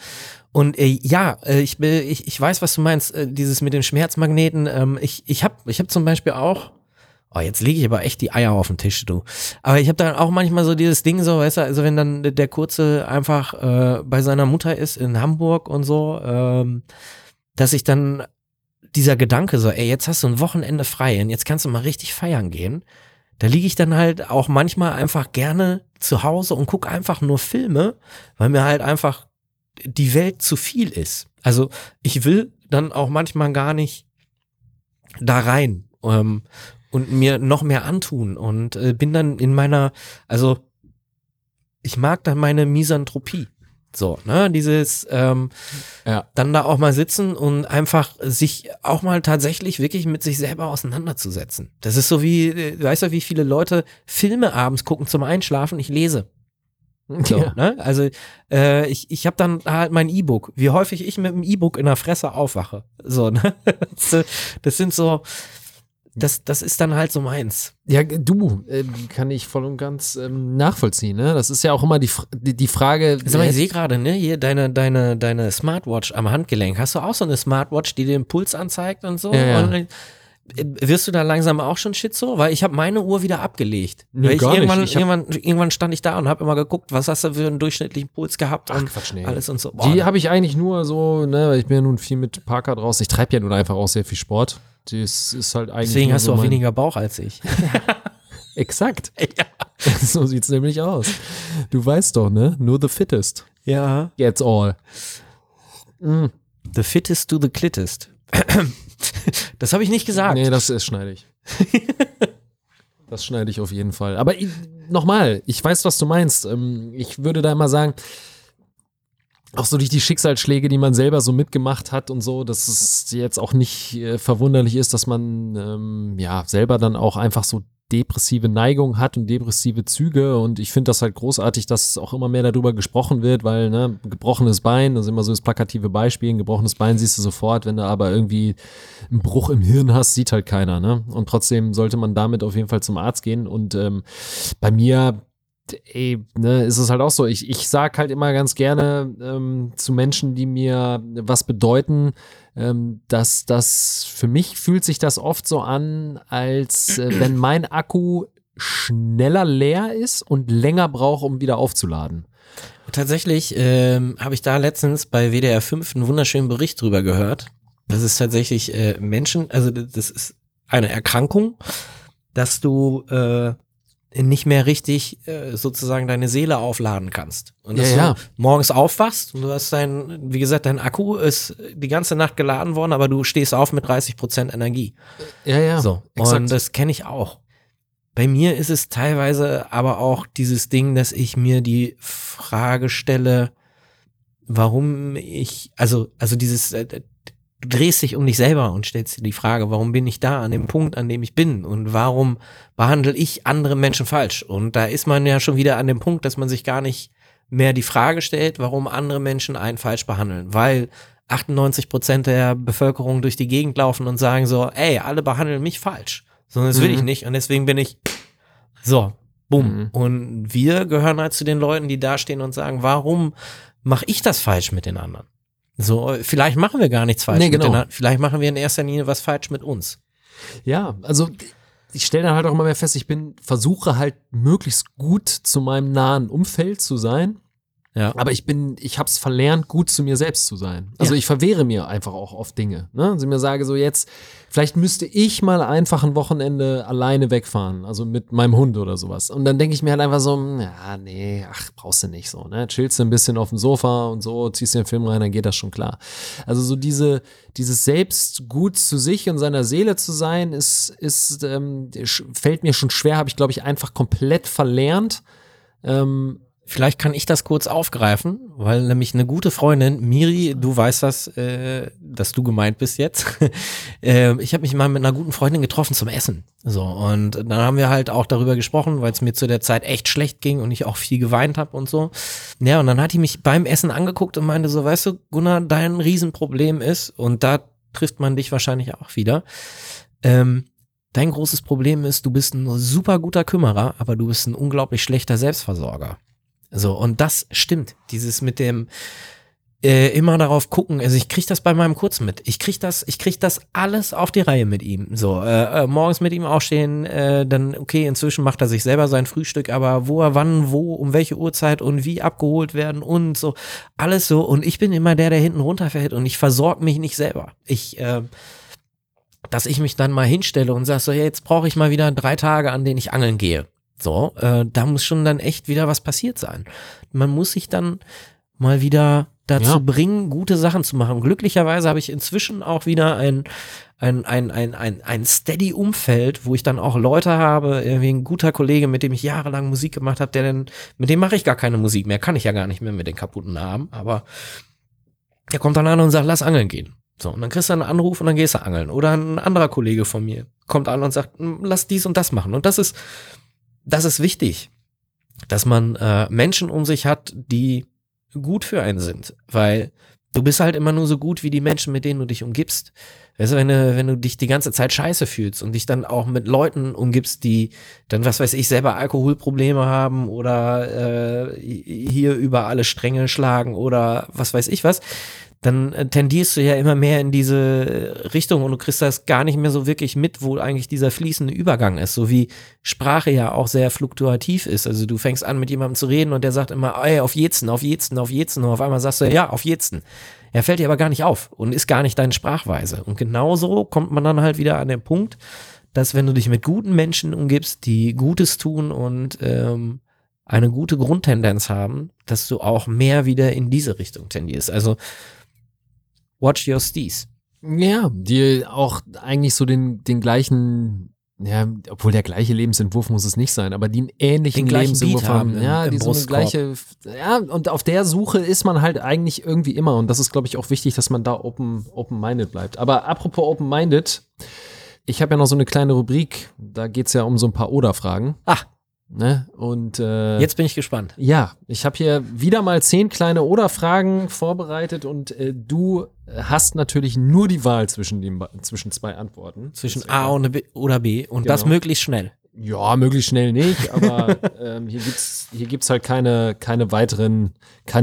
Ich weiß, was du meinst, dieses mit dem Schmerzmagneten. Ich hab zum Beispiel auch, jetzt lege ich aber echt die Eier auf den Tisch, du. Aber ich habe dann auch manchmal so dieses Ding so, weißt du, also wenn dann der Kurze einfach bei seiner Mutter ist in Hamburg und so, dass ich dann dieser Gedanke so, jetzt hast du ein Wochenende frei und jetzt kannst du mal richtig feiern gehen. Da liege ich dann halt auch manchmal einfach gerne zu Hause und gucke einfach nur Filme, weil mir halt einfach die Welt zu viel ist. Also ich will dann auch manchmal gar nicht da rein. Und mir noch mehr antun und bin dann in meiner, also ich mag dann meine Misanthropie. So, ne, dieses dann da auch mal sitzen und einfach sich auch mal tatsächlich wirklich mit sich selber auseinanderzusetzen. Das ist so wie, weißt du, wie viele Leute Filme abends gucken zum Einschlafen, ich lese. So, ne? Also ich habe dann halt mein E-Book, wie häufig ich mit dem E-Book in der Fresse aufwache. So, ne? Das sind so, das ist dann halt so meins. Ja, kann ich voll und ganz nachvollziehen. Ne? Das ist ja auch immer die Frage. Sag mal, ich sehe gerade, ne, hier deine Smartwatch am Handgelenk. Hast du auch so eine Smartwatch, die den Puls anzeigt und so? Ja. Und, wirst du da langsam auch schon schizo? Weil ich habe meine Uhr wieder abgelegt. Nee, Weil nicht. Irgendwann stand ich da und habe immer geguckt, was hast du für einen durchschnittlichen Puls gehabt und Quatsch, nee. alles und so. Boah, Die habe ich eigentlich nur so, ne, weil ich bin ja nun viel mit Parker draußen. Ich treibe ja nun einfach auch sehr viel Sport. Das ist halt eigentlich. Deswegen hast so du auch weniger Bauch als ich. Exakt. Ja. So sieht's nämlich aus. Du weißt doch, ne? Nur the fittest. Ja. Gets all. The fittest to the clittest. Das habe ich nicht gesagt. Nee, das schneide ich. Das schneide ich auf jeden Fall. Aber nochmal, ich weiß, was du meinst. Ich würde da immer sagen, auch so durch die Schicksalsschläge, die man selber so mitgemacht hat und so, dass es jetzt auch nicht verwunderlich ist, dass man selber dann auch einfach so depressive Neigung hat und depressive Züge und ich finde das halt großartig, dass auch immer mehr darüber gesprochen wird, weil, ne, gebrochenes Bein, das ist immer so das plakative Beispiel, ein gebrochenes Bein siehst du sofort, wenn du aber irgendwie einen Bruch im Hirn hast, sieht halt keiner, ne, und trotzdem sollte man damit auf jeden Fall zum Arzt gehen und bei mir ist es halt auch so, ich sag halt immer ganz gerne zu Menschen, die mir was bedeuten, dass das, für mich fühlt sich das oft so an, als wenn mein Akku schneller leer ist und länger braucht, um wieder aufzuladen. Tatsächlich habe ich da letztens bei WDR 5 einen wunderschönen Bericht drüber gehört. Das ist tatsächlich Menschen, also das ist eine Erkrankung, dass du nicht mehr richtig sozusagen deine Seele aufladen kannst. Und dass du morgens aufwachst und du hast wie gesagt, dein Akku ist die ganze Nacht geladen worden, aber du stehst auf mit 30% Energie. Ja. So. Und das kenne ich auch. Bei mir ist es teilweise aber auch dieses Ding, dass ich mir die Frage stelle, warum also dieses, du drehst dich um dich selber und stellst dir die Frage, warum bin ich da an dem Punkt, an dem ich bin und warum behandle ich andere Menschen falsch? Und da ist man ja schon wieder an dem Punkt, dass man sich gar nicht mehr die Frage stellt, warum andere Menschen einen falsch behandeln, weil 98% der Bevölkerung durch die Gegend laufen und sagen so, alle behandeln mich falsch. Sondern das will ich nicht und deswegen bin ich so. Bumm. Und wir gehören halt zu den Leuten, die da stehen und sagen, warum mache ich das falsch mit den anderen? So, vielleicht machen wir gar nichts falsch mit den anderen. Vielleicht machen wir in erster Linie was falsch mit uns. Ja, also ich stelle dann halt auch immer mehr fest, versuche halt möglichst gut zu meinem nahen Umfeld zu sein. Ja. Aber ich habe es verlernt, gut zu mir selbst zu sein. Also ich verwehre mir einfach auch oft Dinge. Ne? Also ich mir sage so jetzt, vielleicht müsste ich mal einfach ein Wochenende alleine wegfahren, also mit meinem Hund oder sowas. Und dann denke ich mir halt einfach so, ja, nee, brauchst du nicht so. Ne? Chillst du ein bisschen auf dem Sofa und so, ziehst dir einen Film rein, dann geht das schon klar. Also so dieses selbst gut zu sich und seiner Seele zu sein, fällt mir schon schwer, habe ich, glaube ich, einfach komplett verlernt. Vielleicht kann ich das kurz aufgreifen, weil nämlich eine gute Freundin, Miri, du weißt das, dass du gemeint bist jetzt. Ich habe mich mal mit einer guten Freundin getroffen zum Essen. So, und dann haben wir halt auch darüber gesprochen, weil es mir zu der Zeit echt schlecht ging und ich auch viel geweint habe und so. Ja, und dann hat die mich beim Essen angeguckt und meinte so, weißt du, Gunnar, dein Riesenproblem ist, und da trifft man dich wahrscheinlich auch wieder, dein großes Problem ist, du bist ein super guter Kümmerer, aber du bist ein unglaublich schlechter Selbstversorger. So, und das stimmt. Dieses mit dem immer darauf gucken, also ich krieg das bei meinem Kurzen mit. Ich krieg das alles auf die Reihe mit ihm. So, morgens mit ihm aufstehen, dann, okay, inzwischen macht er sich selber sein Frühstück, aber wo er wann, wo, um welche Uhrzeit und wie abgeholt werden und so, alles so. Und ich bin immer der hinten runterfällt und ich versorge mich nicht selber. Dass ich mich dann mal hinstelle und sage so, ja, jetzt brauche ich mal wieder 3 Tage, an denen ich angeln gehe. So, da muss schon dann echt wieder was passiert sein. Man muss sich dann mal wieder dazu bringen, gute Sachen zu machen. Glücklicherweise habe ich inzwischen auch wieder ein steady Umfeld, wo ich dann auch Leute habe, irgendwie ein guter Kollege, mit dem ich jahrelang Musik gemacht habe, mit dem mache ich gar keine Musik mehr, kann ich ja gar nicht mehr mit den kaputten Armen, aber der kommt dann an und sagt, lass angeln gehen. So, und dann kriegst du einen Anruf und dann gehst du angeln. Oder ein anderer Kollege von mir kommt an und sagt, lass dies und das machen. Und das ist wichtig, dass man Menschen um sich hat, die gut für einen sind, weil du bist halt immer nur so gut wie die Menschen, mit denen du dich umgibst. Weißt du, wenn du dich die ganze Zeit scheiße fühlst und dich dann auch mit Leuten umgibst, die dann, was weiß ich, selber Alkoholprobleme haben oder hier über alle Stränge schlagen oder was weiß ich was, dann tendierst du ja immer mehr in diese Richtung und du kriegst das gar nicht mehr so wirklich mit, wo eigentlich dieser fließende Übergang ist, so wie Sprache ja auch sehr fluktuativ ist. Also du fängst an mit jemandem zu reden und der sagt immer, ey, auf jetzen, auf jetzen, auf jetzen, und auf einmal sagst du, ja, auf jetzen. Er fällt dir aber gar nicht auf und ist gar nicht deine Sprachweise. Und genauso kommt man dann halt wieder an den Punkt, dass wenn du dich mit guten Menschen umgibst, die Gutes tun und eine gute Grundtendenz haben, dass du auch mehr wieder in diese Richtung tendierst. Also watch your steez. Ja, die auch eigentlich so den gleichen, ja, obwohl der gleiche Lebensentwurf muss es nicht sein, aber die einen ähnlichen Lebensentwurf haben. Ja, die so eine gleiche, ja, und auf der Suche ist man halt eigentlich irgendwie immer, und das ist, glaube ich, auch wichtig, dass man da open-minded bleibt. Aber apropos open-minded, ich habe ja noch so eine kleine Rubrik, da geht's ja um so ein paar Oder-Fragen. Ne? Und jetzt bin ich gespannt. Ja, ich habe hier wieder mal 10 kleine Oder-Fragen vorbereitet und du hast natürlich nur die Wahl zwischen 2 Antworten. Zwischen A und B oder B und das möglichst schnell. Ja, möglichst schnell nicht, aber hier gibt's halt keine weiteren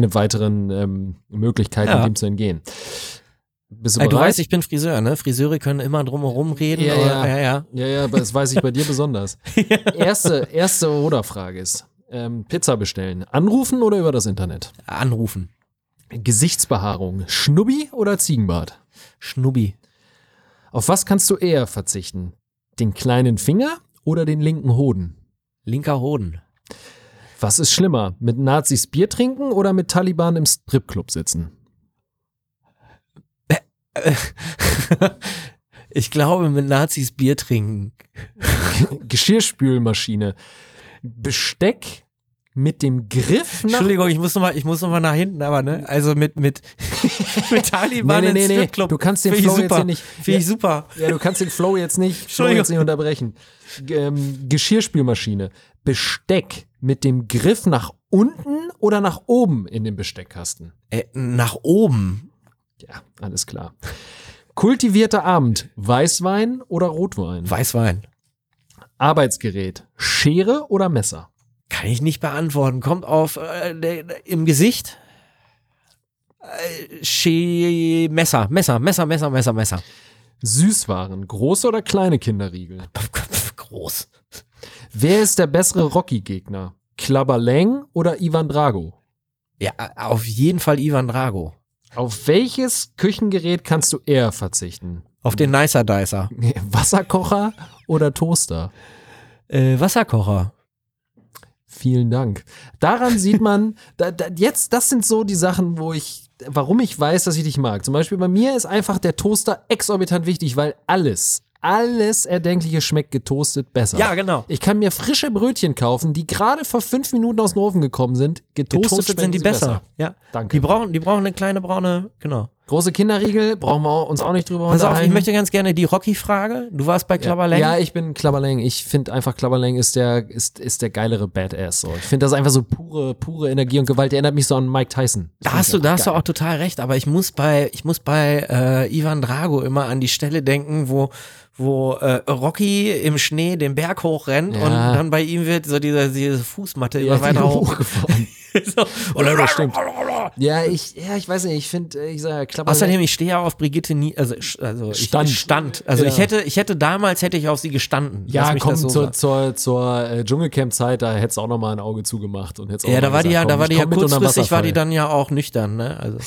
Möglichkeiten, dem zu entgehen. Bist du bereit? Du weißt, ich bin Friseur, ne? Friseure können immer drumherum reden. Ja, aber das weiß ich bei dir besonders. Erste Oder-Frage ist, Pizza bestellen. Anrufen oder über das Internet? Anrufen. Gesichtsbehaarung. Schnubbi oder Ziegenbart? Schnubbi. Auf was kannst du eher verzichten? Den kleinen Finger oder den linken Hoden? Linker Hoden. Was ist schlimmer? Mit Nazis Bier trinken oder mit Taliban im Stripclub sitzen? Ich glaube, mit Nazis Bier trinken. Geschirrspülmaschine. Besteck mit dem Griff nach... Entschuldigung, ich muss noch mal nach hinten, aber ne, also mit Taliban nee. Stripclub. Du kannst den Flow jetzt hier nicht... Finde ich super. Ja, du kannst den Flow jetzt nicht unterbrechen. Geschirrspülmaschine. Besteck mit dem Griff nach unten oder nach oben in den Besteckkasten? Nach oben. Ja, alles klar. Kultivierter Abend, Weißwein oder Rotwein? Weißwein. Arbeitsgerät, Schere oder Messer? Kann ich nicht beantworten. Kommt auf im Gesicht. Messer. Süßwaren, große oder kleine Kinderriegel? Groß. Wer ist der bessere Rocky-Gegner? Clubber Lang oder Ivan Drago? Ja, auf jeden Fall Ivan Drago. Auf welches Küchengerät kannst du eher verzichten? Auf den Nicer Dicer. Wasserkocher oder Toaster? Wasserkocher. Vielen Dank. Daran sieht man, das sind so die Sachen, warum ich weiß, dass ich dich mag. Zum Beispiel bei mir ist einfach der Toaster exorbitant wichtig, weil alles Erdenkliche schmeckt getoastet besser. Ja, genau. Ich kann mir frische Brötchen kaufen, die gerade vor 5 Minuten aus dem Ofen gekommen sind. Getoastet sind die besser. Ja. Danke. Die brauchen eine kleine braune, genau. Große Kinderriegel, brauchen wir uns auch nicht drüber Pass auf, unterhalten. ich möchte ganz gerne die Rocky-Frage. Du warst bei Clubber Lang? Ja, ich bin Clubber Lang. Ich finde einfach, Clubber Lang ist der geilere Badass. So. Ich finde das einfach so pure Energie und Gewalt. Der erinnert mich so an Mike Tyson. Da hast du auch total recht, aber ich muss bei Ivan Drago immer an die Stelle denken, wo Rocky im Schnee den Berg hochrennt und dann bei ihm wird so diese Fußmatte immer weiter hochgefahren. So. Oder das stimmt. Ja, ich weiß nicht, ich sage Clubber Lang. Außerdem, ich stehe ja auf Brigitte Stand. Also ja. ich hätte damals auf sie gestanden. Ja, komm, so zur Dschungelcamp-Zeit, da hättest du auch noch mal ein Auge zugemacht und hättest auch da war die ja kurzfristig war die dann ja auch nüchtern, ne? Also.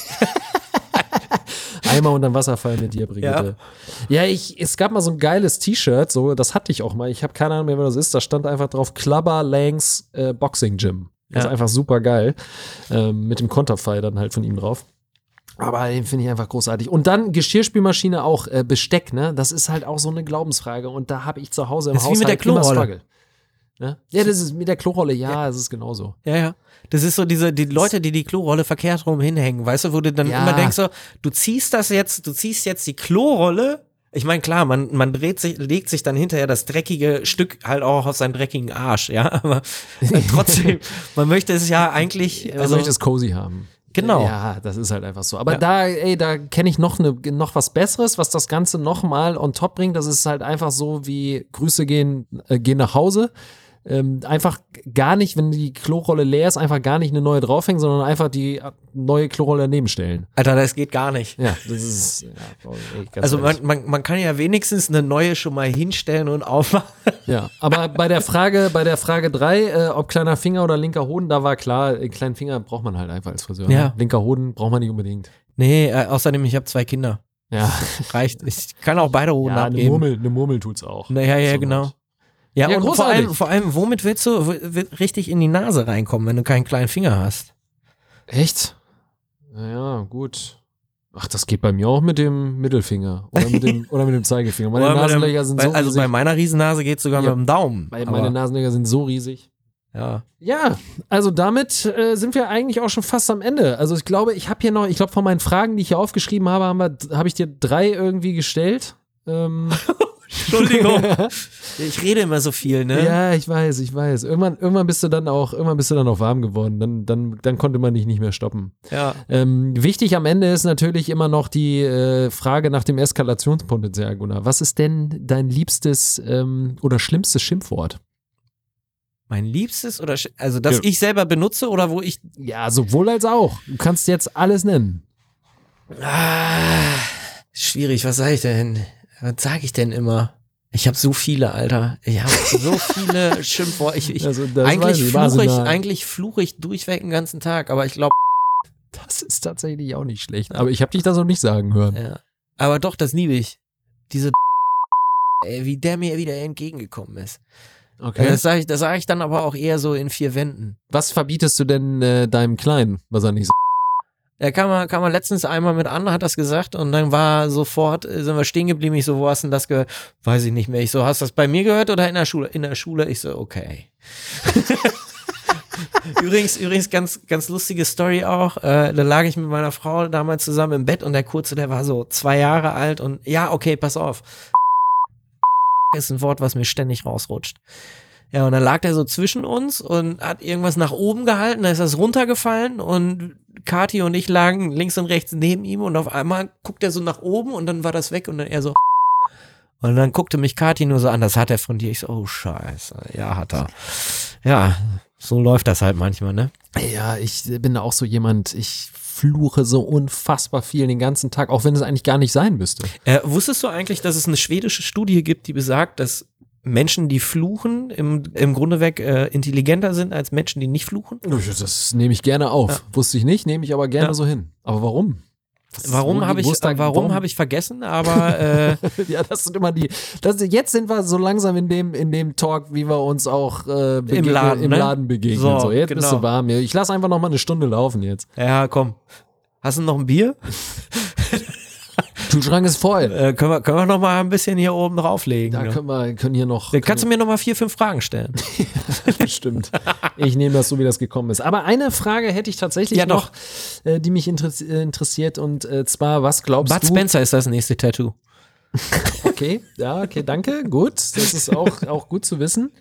Einmal unter dem Wasserfall mit dir, Brigitte. Ja, es gab mal so ein geiles T-Shirt, so, das hatte ich auch mal. Ich habe keine Ahnung mehr, was das ist. Da stand einfach drauf Clubber Langs Boxing Gym. Das ist einfach super geil. Mit dem Konterfei dann halt von ihm drauf. Aber den finde ich einfach großartig. Und dann Geschirrspülmaschine auch, Besteck, ne? Das ist halt auch so eine Glaubensfrage. Und da habe ich zu Hause im Haushalt wie mit der immer Klorolle. Struggle. Ne? Ja, das ist mit der Klorolle, das ist genauso. Ja. Das ist so die Leute, die Klorolle verkehrt rum hinhängen, weißt du, wo du dann immer denkst so, du ziehst jetzt die Klorolle. Ich meine, klar, man legt sich dann hinterher das dreckige Stück halt auch auf seinen dreckigen Arsch, ja, aber trotzdem, man möchte es ja eigentlich, Man möchte es cozy haben. Genau. Ja, das ist halt einfach so. Aber da kenne ich noch was Besseres, was das Ganze nochmal on top bringt. Das ist halt einfach so wie Grüße gehen nach Hause. Einfach gar nicht, wenn die Klorolle leer ist, einfach gar nicht eine neue draufhängen, sondern einfach die neue Klorolle daneben stellen. Alter, das geht gar nicht. Ja, das ist ganz also man kann ja wenigstens eine neue schon mal hinstellen und aufmachen. Ja, aber bei der Frage 3, ob kleiner Finger oder linker Hoden, da war klar, kleinen Finger braucht man halt einfach als Friseur. Ja. Ne? Linker Hoden braucht man nicht unbedingt. Nee, außerdem, ich habe 2 Kinder. Ja. Reicht. Ich kann auch beide Hoden abgeben. Eine Murmel tut's auch. Ja, so genau. gut. Ja, Ja, und großartig. vor allem, womit willst du richtig in die Nase reinkommen, wenn du keinen kleinen Finger hast? Echt? Naja, gut. Ach, das geht bei mir auch mit dem Mittelfinger oder mit dem Zeigefinger. Meine Nasenlöcher sind so riesig. Also bei meiner Riesennase geht es sogar mit dem Daumen. Meine Nasenlöcher sind so riesig. Ja. Ja, also damit sind wir eigentlich auch schon fast am Ende. Also ich glaube, von meinen Fragen, die ich hier aufgeschrieben habe, habe ich dir 3 irgendwie gestellt. Entschuldigung. Ich rede immer so viel, ne? Ja, ich weiß. Irgendwann bist du dann auch warm geworden. Dann konnte man dich nicht mehr stoppen. Ja. Wichtig am Ende ist natürlich immer noch die Frage nach dem Eskalationspotenzial, Gunnar. Was ist denn dein liebstes oder schlimmstes Schimpfwort? Mein liebstes das ich selber benutze oder wo ich. Ja, sowohl als auch. Du kannst jetzt alles nennen. Schwierig, was sage ich denn? Was sage ich denn immer? Ich habe so viele, Alter. Ich habe so viele Schimpfworte. Eigentlich fluche ich durchweg den ganzen Tag, aber ich glaube. Das ist tatsächlich auch nicht schlecht. Aber ich habe dich das noch nicht sagen hören. Ja. Aber doch, das liebe ich. Diese wie der mir wieder entgegengekommen ist. Okay. Das sag ich dann aber auch eher so in 4 Wänden. Was verbietest du denn deinem Kleinen, was er nicht so? Ja, kam man letztens einmal mit an, hat das gesagt und dann war sofort, sind wir stehen geblieben. Ich so, wo hast du denn das gehört? Weiß ich nicht mehr. Ich so, hast du das bei mir gehört oder in der Schule? In der Schule. Ich so, okay. Übrigens ganz lustige Story auch. Da lag ich mit meiner Frau damals zusammen im Bett und der Kurze, der war so 2 Jahre alt und ja, okay, pass auf. Ist ein Wort, was mir ständig rausrutscht. Ja, und dann lag der so zwischen uns und hat irgendwas nach oben gehalten, da ist das runtergefallen und Kathi und ich lagen links und rechts neben ihm und auf einmal guckt er so nach oben und dann war das weg und dann er so und dann guckte mich Kathi nur so an, das hat er von dir. Ich so, oh Scheiße, ja, hat er. Ja, So läuft das halt manchmal, ne? Ja, ich bin da auch so jemand, ich fluche so unfassbar viel den ganzen Tag, auch wenn es eigentlich gar nicht sein müsste. Wusstest du eigentlich, dass es eine schwedische Studie gibt, die besagt, dass Menschen, die fluchen, im Grunde weg intelligenter sind als Menschen, die nicht fluchen? Das nehme ich gerne auf. Ja. Wusste ich nicht, nehme ich aber gerne so hin. Aber warum? Warum habe ich vergessen, aber ja, das sind immer jetzt sind wir so langsam in dem Talk, wie wir uns auch im Laden begegnen. So, jetzt bist du warm. Ich lasse einfach noch mal eine Stunde laufen jetzt. Ja, komm. Hast du noch ein Bier? Kühlschrank ist voll. Können wir noch mal ein bisschen hier oben drauflegen? Da können hier noch. Kannst du mir noch mal 4, 5 Fragen stellen? Stimmt. Ich nehme das so, wie das gekommen ist. Aber eine Frage hätte ich tatsächlich noch, die mich interessiert. Und zwar, was glaubst du? Bud Spencer ist das nächste Tattoo. Okay, danke. Gut, das ist auch gut zu wissen.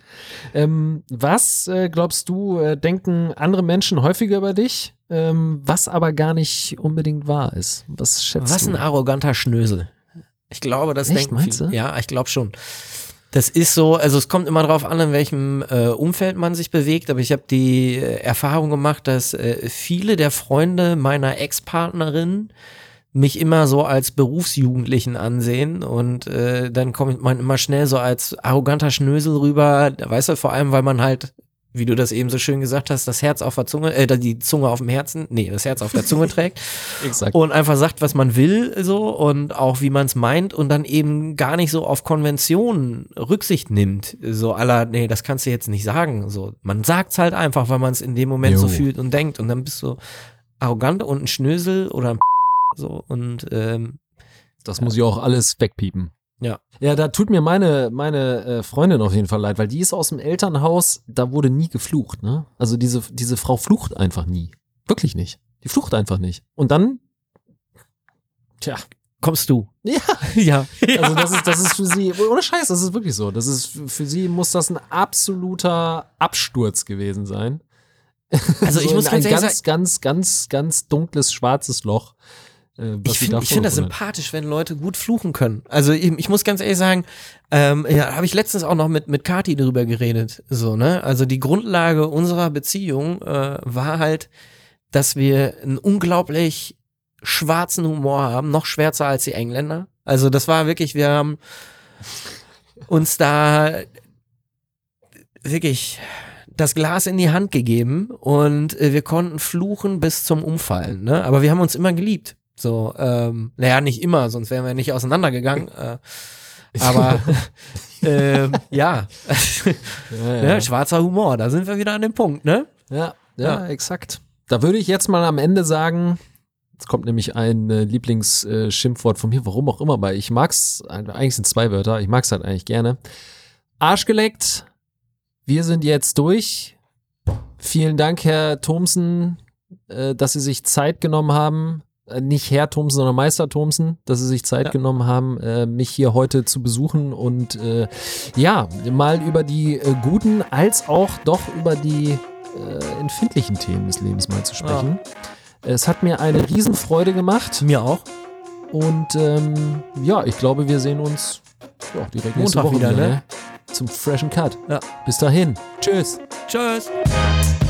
Was glaubst du, denken andere Menschen häufiger über dich, was aber gar nicht unbedingt wahr ist? Was schätzt du? Was ein arroganter Schnösel. Ich glaube, das denken viele. Ja, ich glaube schon. Das ist so, also es kommt immer drauf an, in welchem Umfeld man sich bewegt, aber ich habe die Erfahrung gemacht, dass viele der Freunde meiner Ex-Partnerin mich immer so als Berufsjugendlichen ansehen und dann kommt man immer schnell so als arroganter Schnösel rüber, weißt du, vor allem, weil man halt, wie du das eben so schön gesagt hast, das Herz auf der Zunge, die Zunge auf dem Herzen, das Herz auf der Zunge trägt. Exakt. Und einfach sagt, was man will, so, und auch wie man es meint und dann eben gar nicht so auf Konventionen Rücksicht nimmt, so nee, das kannst du jetzt nicht sagen, so. Man sagt's halt einfach, weil man es in dem Moment so fühlt und denkt und dann bist du arrogant und ein Schnösel oder ein so und das muss ich auch alles wegpiepen. Ja. Ja, da tut mir meine Freundin auf jeden Fall leid, weil die ist aus dem Elternhaus, da wurde nie geflucht, ne? Also diese Frau flucht einfach nie. Wirklich nicht. Die flucht einfach nicht. Und dann, kommst du. Ja. Ja. Also das ist für sie, ohne Scheiß, das ist wirklich so. Das ist, für sie muss das ein absoluter Absturz gewesen sein. Also ich muss ganz ehrlich sagen, ganz dunkles, schwarzes Loch. Ich finde das sympathisch, wenn Leute gut fluchen können. Also ich muss ganz ehrlich sagen, habe ich letztens auch noch mit Kati drüber geredet. So, ne? Also die Grundlage unserer Beziehung war halt, dass wir einen unglaublich schwarzen Humor haben, noch schwärzer als die Engländer. Also das war wirklich, wir haben uns da wirklich das Glas in die Hand gegeben und wir konnten fluchen bis zum Umfallen, ne? Aber wir haben uns immer geliebt. So, nicht immer, sonst wären wir nicht auseinandergegangen. Aber ja, schwarzer Humor, da sind wir wieder an dem Punkt, ne? Ja, exakt. Da würde ich jetzt mal am Ende sagen, jetzt kommt nämlich ein Lieblingsschimpfwort von mir, warum auch immer, weil ich mag's, eigentlich sind 2 Wörter, ich mag's halt eigentlich gerne. Arsch geleckt, wir sind jetzt durch. Vielen Dank, Herr Thomsen, dass Sie sich Zeit genommen haben, nicht Herr Thomsen, sondern Meister Thomsen, dass Sie sich Zeit genommen haben, mich hier heute zu besuchen und mal über die guten als auch doch über die empfindlichen Themen des Lebens mal zu sprechen. Es hat mir eine Riesenfreude gemacht. Mir auch. Und ich glaube, wir sehen uns direkt nächste Montag Woche wieder, ne? Zum Freshen Cut. Ja. Bis dahin. Tschüss. Tschüss.